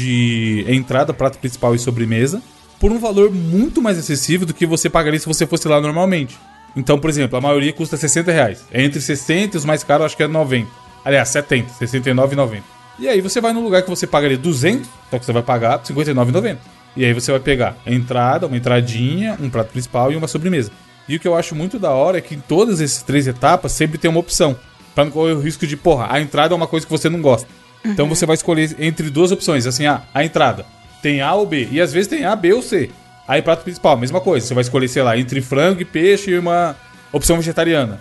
Speaker 2: de entrada, prato principal e sobremesa por um valor muito mais acessível do que você pagaria se você fosse lá normalmente. Então, por exemplo, a maioria custa R$60. Entre 60 e os mais caros acho que é 90. Aliás, 70, 69,90. E aí você vai num lugar que você pagaria 200, só que você vai pagar R$59,90. E aí você vai pegar a entrada, uma entradinha, um prato principal e uma sobremesa. E o que eu acho muito da hora é que em todas essas 3 etapas sempre tem uma opção. Pra não correr o risco de, a entrada é uma coisa que você não gosta. Então você vai escolher entre 2 opções, assim, a entrada tem A ou B, e às vezes tem A, B ou C. Aí prato principal, mesma coisa, você vai escolher, sei lá, entre frango e peixe e uma opção vegetariana.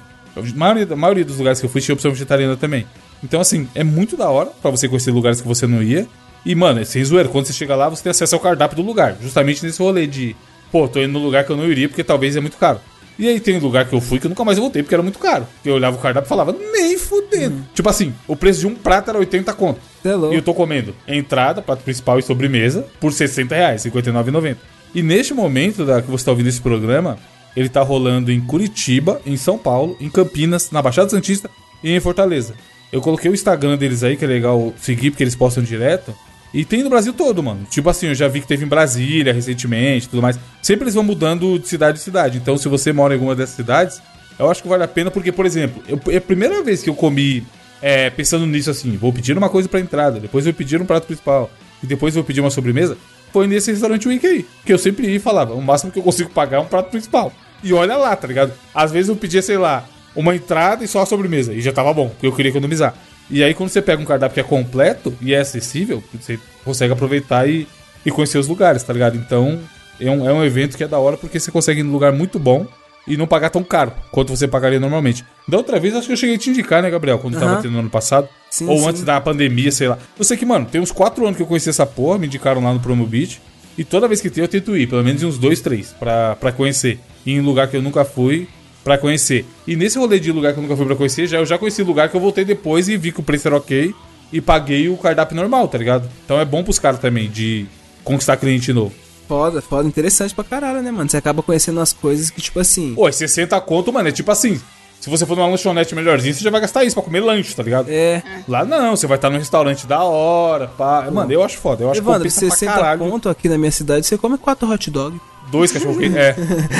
Speaker 2: A maioria dos lugares que eu fui tinha opção vegetariana também. Então assim, é muito da hora pra você conhecer lugares que você não ia. E mano, é sem zoeira, quando você chega lá você tem acesso ao cardápio do lugar. Justamente nesse rolê de, tô indo no lugar que eu não iria porque talvez é muito caro. E aí tem um lugar que eu fui que eu nunca mais voltei porque era muito caro. Eu olhava o cardápio e falava, nem fudendo. Tipo assim, o preço de um prato era 80 conto. E eu tô comendo entrada, prato principal e sobremesa por R$60, R$59,90. E neste momento que você tá ouvindo esse programa, ele tá rolando em Curitiba, em São Paulo, em Campinas, na Baixada Santista e em Fortaleza. Eu coloquei o Instagram deles aí, que é legal seguir porque eles postam direto. E tem no Brasil todo, mano. Tipo assim, eu já vi que teve em Brasília recentemente e tudo mais. Sempre eles vão mudando de cidade em cidade. Então, se você mora em alguma dessas cidades, eu acho que vale a pena porque, por exemplo, é a primeira vez que eu comi pensando nisso assim, vou pedir uma coisa pra entrada, depois eu pedir um prato principal e depois eu vou pedir uma sobremesa, foi nesse restaurante Week aí. Que eu sempre ia e falava, o máximo que eu consigo pagar é um prato principal. E olha lá, tá ligado? Às vezes eu pedia, sei lá, uma entrada e só a sobremesa. E já tava bom, porque eu queria economizar. E aí quando você pega um cardápio que é completo e é acessível, você consegue aproveitar e conhecer os lugares, tá ligado? Então é um evento que é da hora porque você consegue ir num lugar muito bom e não pagar tão caro quanto você pagaria normalmente. Da outra vez acho que eu cheguei a te indicar, né, Gabriel? Quando tava tendo no ano passado. Sim, ou antes da pandemia, sei lá. Eu sei que, mano, tem uns 4 anos que eu conheci essa porra, me indicaram lá no Promo Beach. E toda vez que tem eu tento ir, pelo menos uns 2, 3 pra conhecer. E em lugar que eu nunca fui pra conhecer. E nesse rolê de lugar que eu nunca fui pra conhecer, eu já conheci lugar que eu voltei depois e vi que o preço era ok. e paguei o cardápio normal, tá ligado? Então é bom pros caras também, de conquistar cliente novo.
Speaker 4: Foda, interessante pra caralho, né, mano? Você acaba conhecendo as coisas que, tipo assim...
Speaker 2: Pô, 60 conto, mano, é tipo assim... Se você for numa lanchonete melhorzinha, você já vai gastar isso pra comer lanche, tá ligado?
Speaker 4: É.
Speaker 2: Lá não, você vai estar num restaurante da hora, pá. Mano, eu acho foda. Eu acho
Speaker 4: Evandro,
Speaker 2: que compensa pra
Speaker 4: 60
Speaker 2: caralho.
Speaker 4: ponto aqui na minha cidade, você come 4 hot dog.
Speaker 2: 2 cachorro-quente, é.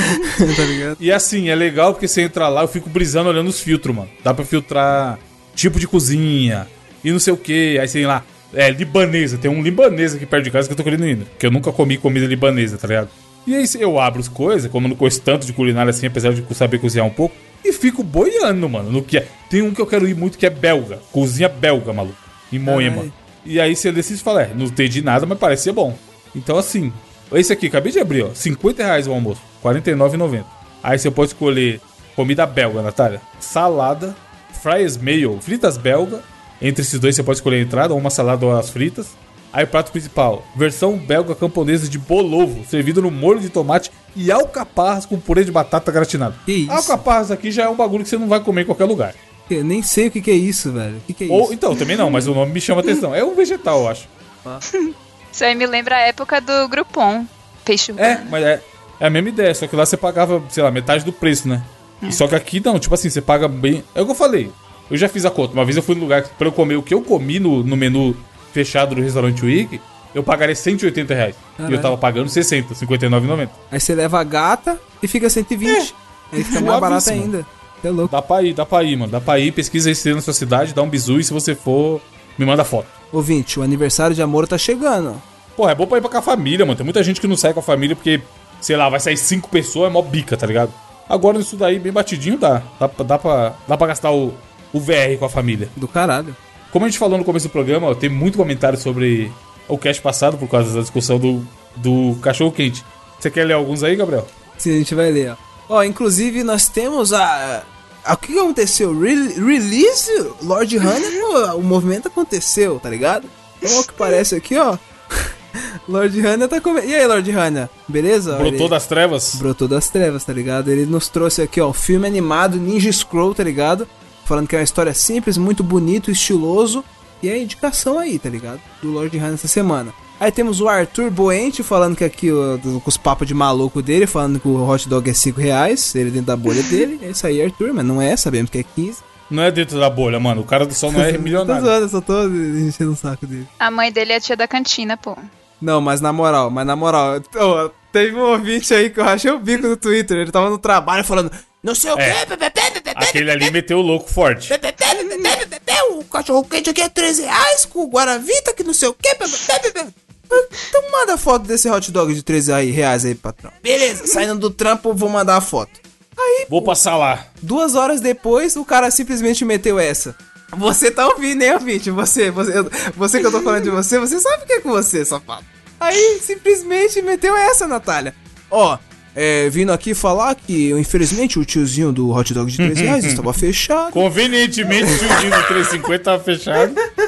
Speaker 4: Tá ligado?
Speaker 2: E assim, é legal porque você entra lá, eu fico brisando olhando os filtros, mano. Dá pra filtrar tipo de cozinha e não sei o que. Aí você tem lá, libanesa. Tem um libanesa aqui perto de casa que eu tô querendo ir, porque eu nunca comi comida libanesa, tá ligado? E aí eu abro as coisas, como eu não conheço tanto de culinária assim, apesar de saber cozinhar um pouco, e fico boiando, mano, no que é. Tem um que eu quero ir muito que é belga. Cozinha belga, maluco. Em Moema. E aí você decide e fala, não entendi nada, mas parece ser bom. Então assim, esse aqui, acabei de abrir, ó. R$50 o almoço. R$49,90. Aí você pode escolher comida belga, Natália. Salada, fries mayo, fritas belga. Entre esses dois você pode escolher a entrada, ou uma salada ou as fritas. Aí o prato principal, versão belga camponesa de bolovo, servido no molho de tomate e alcaparras com purê de batata gratinado.
Speaker 4: Que isso?
Speaker 2: Alcaparras aqui já é um bagulho que você não vai comer em qualquer lugar.
Speaker 4: Eu nem sei o que é isso, velho. O que é isso?
Speaker 2: Então, também não, mas o nome me chama atenção. É um vegetal, eu acho.
Speaker 3: Isso aí me lembra a época do Groupon. Peixe urbano.
Speaker 2: Mas é a mesma ideia, só que lá você pagava, sei lá, metade do preço, né? Só que aqui não, tipo assim, você paga bem... É o que eu falei, eu já fiz a conta. Uma vez eu fui no lugar pra eu comer o que eu comi no menu fechado do restaurante Week, eu pagaria R$180.
Speaker 4: Caralho.
Speaker 2: E eu tava pagando 60, R$59,90.
Speaker 4: Aí você leva a gata e fica 120. Aí fica mais barato ainda. É louco.
Speaker 2: Dá pra ir, mano. Dá pra ir, pesquisa aí se tem na sua cidade, dá um bizu e se você for, me manda foto.
Speaker 4: Ouvinte, o aniversário de amor tá chegando.
Speaker 2: Porra, é bom pra ir com a família, mano. Tem muita gente que não sai com a família porque, sei lá, vai sair 5 pessoas, é mó bica, tá ligado? Agora isso daí, bem batidinho, dá. Dá pra gastar o VR com a família.
Speaker 4: Do caralho.
Speaker 2: Como a gente falou no começo do programa, ó, tem muito comentário sobre o cast passado por causa da discussão do cachorro quente. Você quer ler alguns aí, Gabriel?
Speaker 4: Sim, a gente vai ler, ó. Ó, inclusive nós temos o que aconteceu? Release Lord Hanna, o movimento aconteceu, tá ligado? Então, o que parece aqui, ó. Lord Hanna tá comendo. E aí, Lord Hanna? Beleza?
Speaker 2: Brotou das trevas?
Speaker 4: Brotou das trevas, tá ligado? Ele nos trouxe aqui, ó, o filme animado Ninja Scroll, tá ligado? Falando que é uma história simples, muito bonito, estiloso. E é a indicação aí, tá ligado? Do Lord Hanna essa semana. Aí temos o Arthur Boente falando que aqui, com os papos de maluco dele, falando que o hot dog é R$5, ele dentro da bolha dele. É isso aí, Arthur, mas não é, sabemos que é 15.
Speaker 2: Não é dentro da bolha, mano. O cara do sol não é milionário.
Speaker 4: Tô zoando, eu só tô enchendo o saco dele.
Speaker 3: A mãe dele é a tia da cantina, pô.
Speaker 4: Não, mas na moral, teve um ouvinte aí que eu achei o bico no Twitter, ele tava no trabalho falando, não sei o que,
Speaker 2: aquele ali meteu o louco forte.
Speaker 4: o cachorro quente aqui é R$13 com o Guaravita, que não sei o que. Então manda foto desse hot dog de R$13 aí, patrão. Beleza, saindo do trampo, vou mandar a foto. Aí,
Speaker 2: vou passar lá.
Speaker 4: 2 horas depois, o cara simplesmente meteu essa. Você tá ouvindo, hein, ouvinte? Você que eu tô falando de você sabe o que é com você, safado. Aí, simplesmente meteu essa, Natália. Ó, vindo aqui falar que, infelizmente, o tiozinho do hot dog de R$13 estava fechado.
Speaker 2: Convenientemente, o tiozinho do 3,50 estava fechado.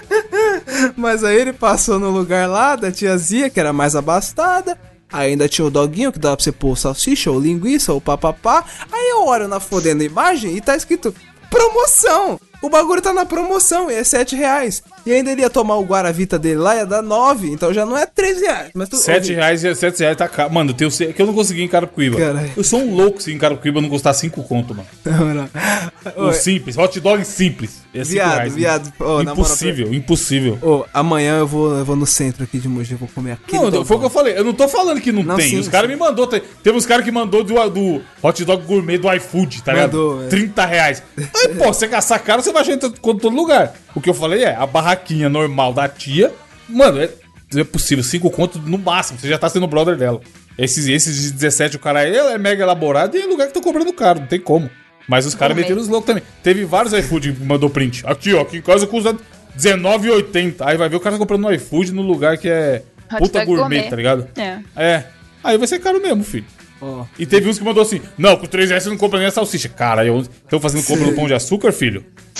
Speaker 4: Mas aí ele passou no lugar lá da tiazinha, que era mais abastada. Aí ainda tinha o doguinho, que dava pra você pôr salsicha, ou linguiça, ou papapá. Aí eu olho na fodendo imagem e tá escrito promoção. O bagulho tá na promoção e é R$7. E ainda ele ia tomar o Guaravita dele lá, ia dar 9. Então já não é R$13. Mas
Speaker 2: R$7 e R$7 tá caro. Mano, que eu não consegui em Carapicuíba.
Speaker 4: Caralho.
Speaker 2: Eu sou um louco se em Carapicuíba não custar 5 conto, mano.
Speaker 4: Não.
Speaker 2: O simples, hot dog simples. É
Speaker 4: Viado. Oh,
Speaker 2: impossível, impossível.
Speaker 4: Amanhã eu vou no centro aqui de Mogi, eu vou comer aqui.
Speaker 2: Não, foi o que eu falei. Eu não tô falando que não tem. Sim, os caras me mandou. Teve uns caras que mandou do hot dog gourmet do iFood, tá ligado? R$30. Aí, pô, você caçar caro, você vai achar em todo lugar. O que eu falei a barraquinha normal da tia, mano, é possível, 5 conto no máximo, você já tá sendo brother dela. Esses de 17, o cara é mega elaborado e é lugar que tá cobrando caro, não tem como. Mas os caras meteram os loucos também. Teve vários iFood que mandou print. Aqui, ó, aqui em casa custa R$19,80. Aí vai ver o cara comprando no iFood no lugar que é puta gourmet, tá ligado? Aí vai ser caro mesmo, filho. E teve uns que mandou assim, não, com R$3 você não compra nem a salsicha. Cara, eu tô fazendo compra no Pão de Açúcar, filho.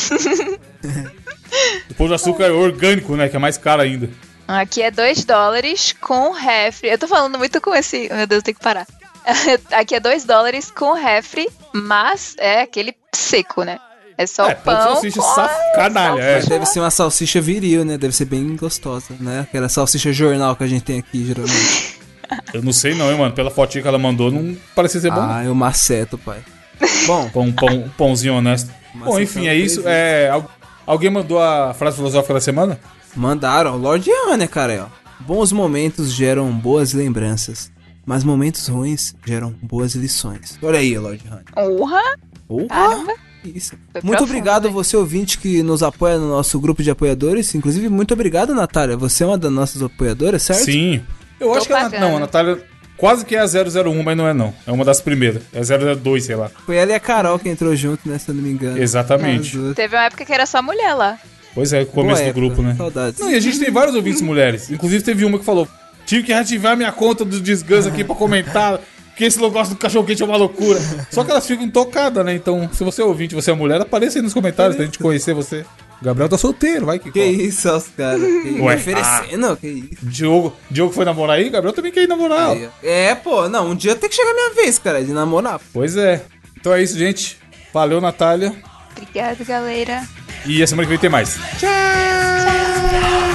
Speaker 2: O Pão de Açúcar é orgânico, né, que é mais caro ainda.
Speaker 3: Aqui é $2 com refri. Eu tô falando muito com esse... Meu Deus, eu tenho que parar. Aqui é $2 com refri, mas é aquele seco, né? É só o
Speaker 2: pão de
Speaker 3: pão.
Speaker 2: salsicha canalha,
Speaker 4: Mas deve ser uma salsicha viril, né? Deve ser bem gostosa, né? Aquela salsicha jornal que a gente tem aqui, geralmente.
Speaker 2: Eu não sei não, hein, mano. Pela fotinha que ela mandou, não parecia ser bom.
Speaker 4: Ah, eu maceto, pai. Bom,
Speaker 2: Pãozinho honesto. Bom, enfim, é isso. Alguém mandou a frase filosófica da semana?
Speaker 4: mandaram. Lord Hanner, cara, ó. Bons momentos geram boas lembranças, mas momentos ruins geram boas lições. Olha aí, Lord Hanner.
Speaker 3: Urra! Caramba!
Speaker 4: Isso.
Speaker 3: Foi
Speaker 4: Muito
Speaker 3: profundo,
Speaker 4: obrigado
Speaker 3: hein?
Speaker 4: você, ouvinte, que nos apoia no nosso grupo de apoiadores. Inclusive, muito obrigado, Natália. Você é uma das nossas apoiadoras, certo?
Speaker 2: Sim. Eu
Speaker 3: Tô
Speaker 2: acho que a
Speaker 3: pagando.
Speaker 2: Natália quase que é a 001, mas não é não. É uma das primeiras. É a 002, sei lá.
Speaker 4: Foi ela e a Carol que entrou junto, né? Se eu não me engano.
Speaker 2: Exatamente.
Speaker 4: As duas.
Speaker 3: Teve uma época que era só mulher lá.
Speaker 2: Pois é, o começo
Speaker 4: Boa
Speaker 2: do grupo,
Speaker 4: época.
Speaker 2: né?
Speaker 4: Saudades.
Speaker 2: Não, e a gente tem vários ouvintes mulheres. Inclusive teve uma que falou: tive que reativar minha conta do Desgans aqui pra comentar, que esse negócio do cachorro quente é uma loucura. Só que elas ficam intocadas, né? Então, se você é ouvinte, você é mulher, apareça aí nos comentários pra gente conhecer você. O Gabriel tá solteiro, vai que
Speaker 4: Que
Speaker 2: cola.
Speaker 4: isso, Oscar? Que
Speaker 2: Ué,
Speaker 4: oferecendo? Que isso?
Speaker 2: Diogo foi namorar aí, Gabriel também quer ir namorar.
Speaker 4: Aí, ó. É, pô, não, um dia tem que chegar a minha vez, cara, de namorar.
Speaker 2: Pois é. Então é isso, gente. Valeu, Natália.
Speaker 3: Obrigada, galera.
Speaker 2: E a semana que vem tem mais.
Speaker 3: Tchau!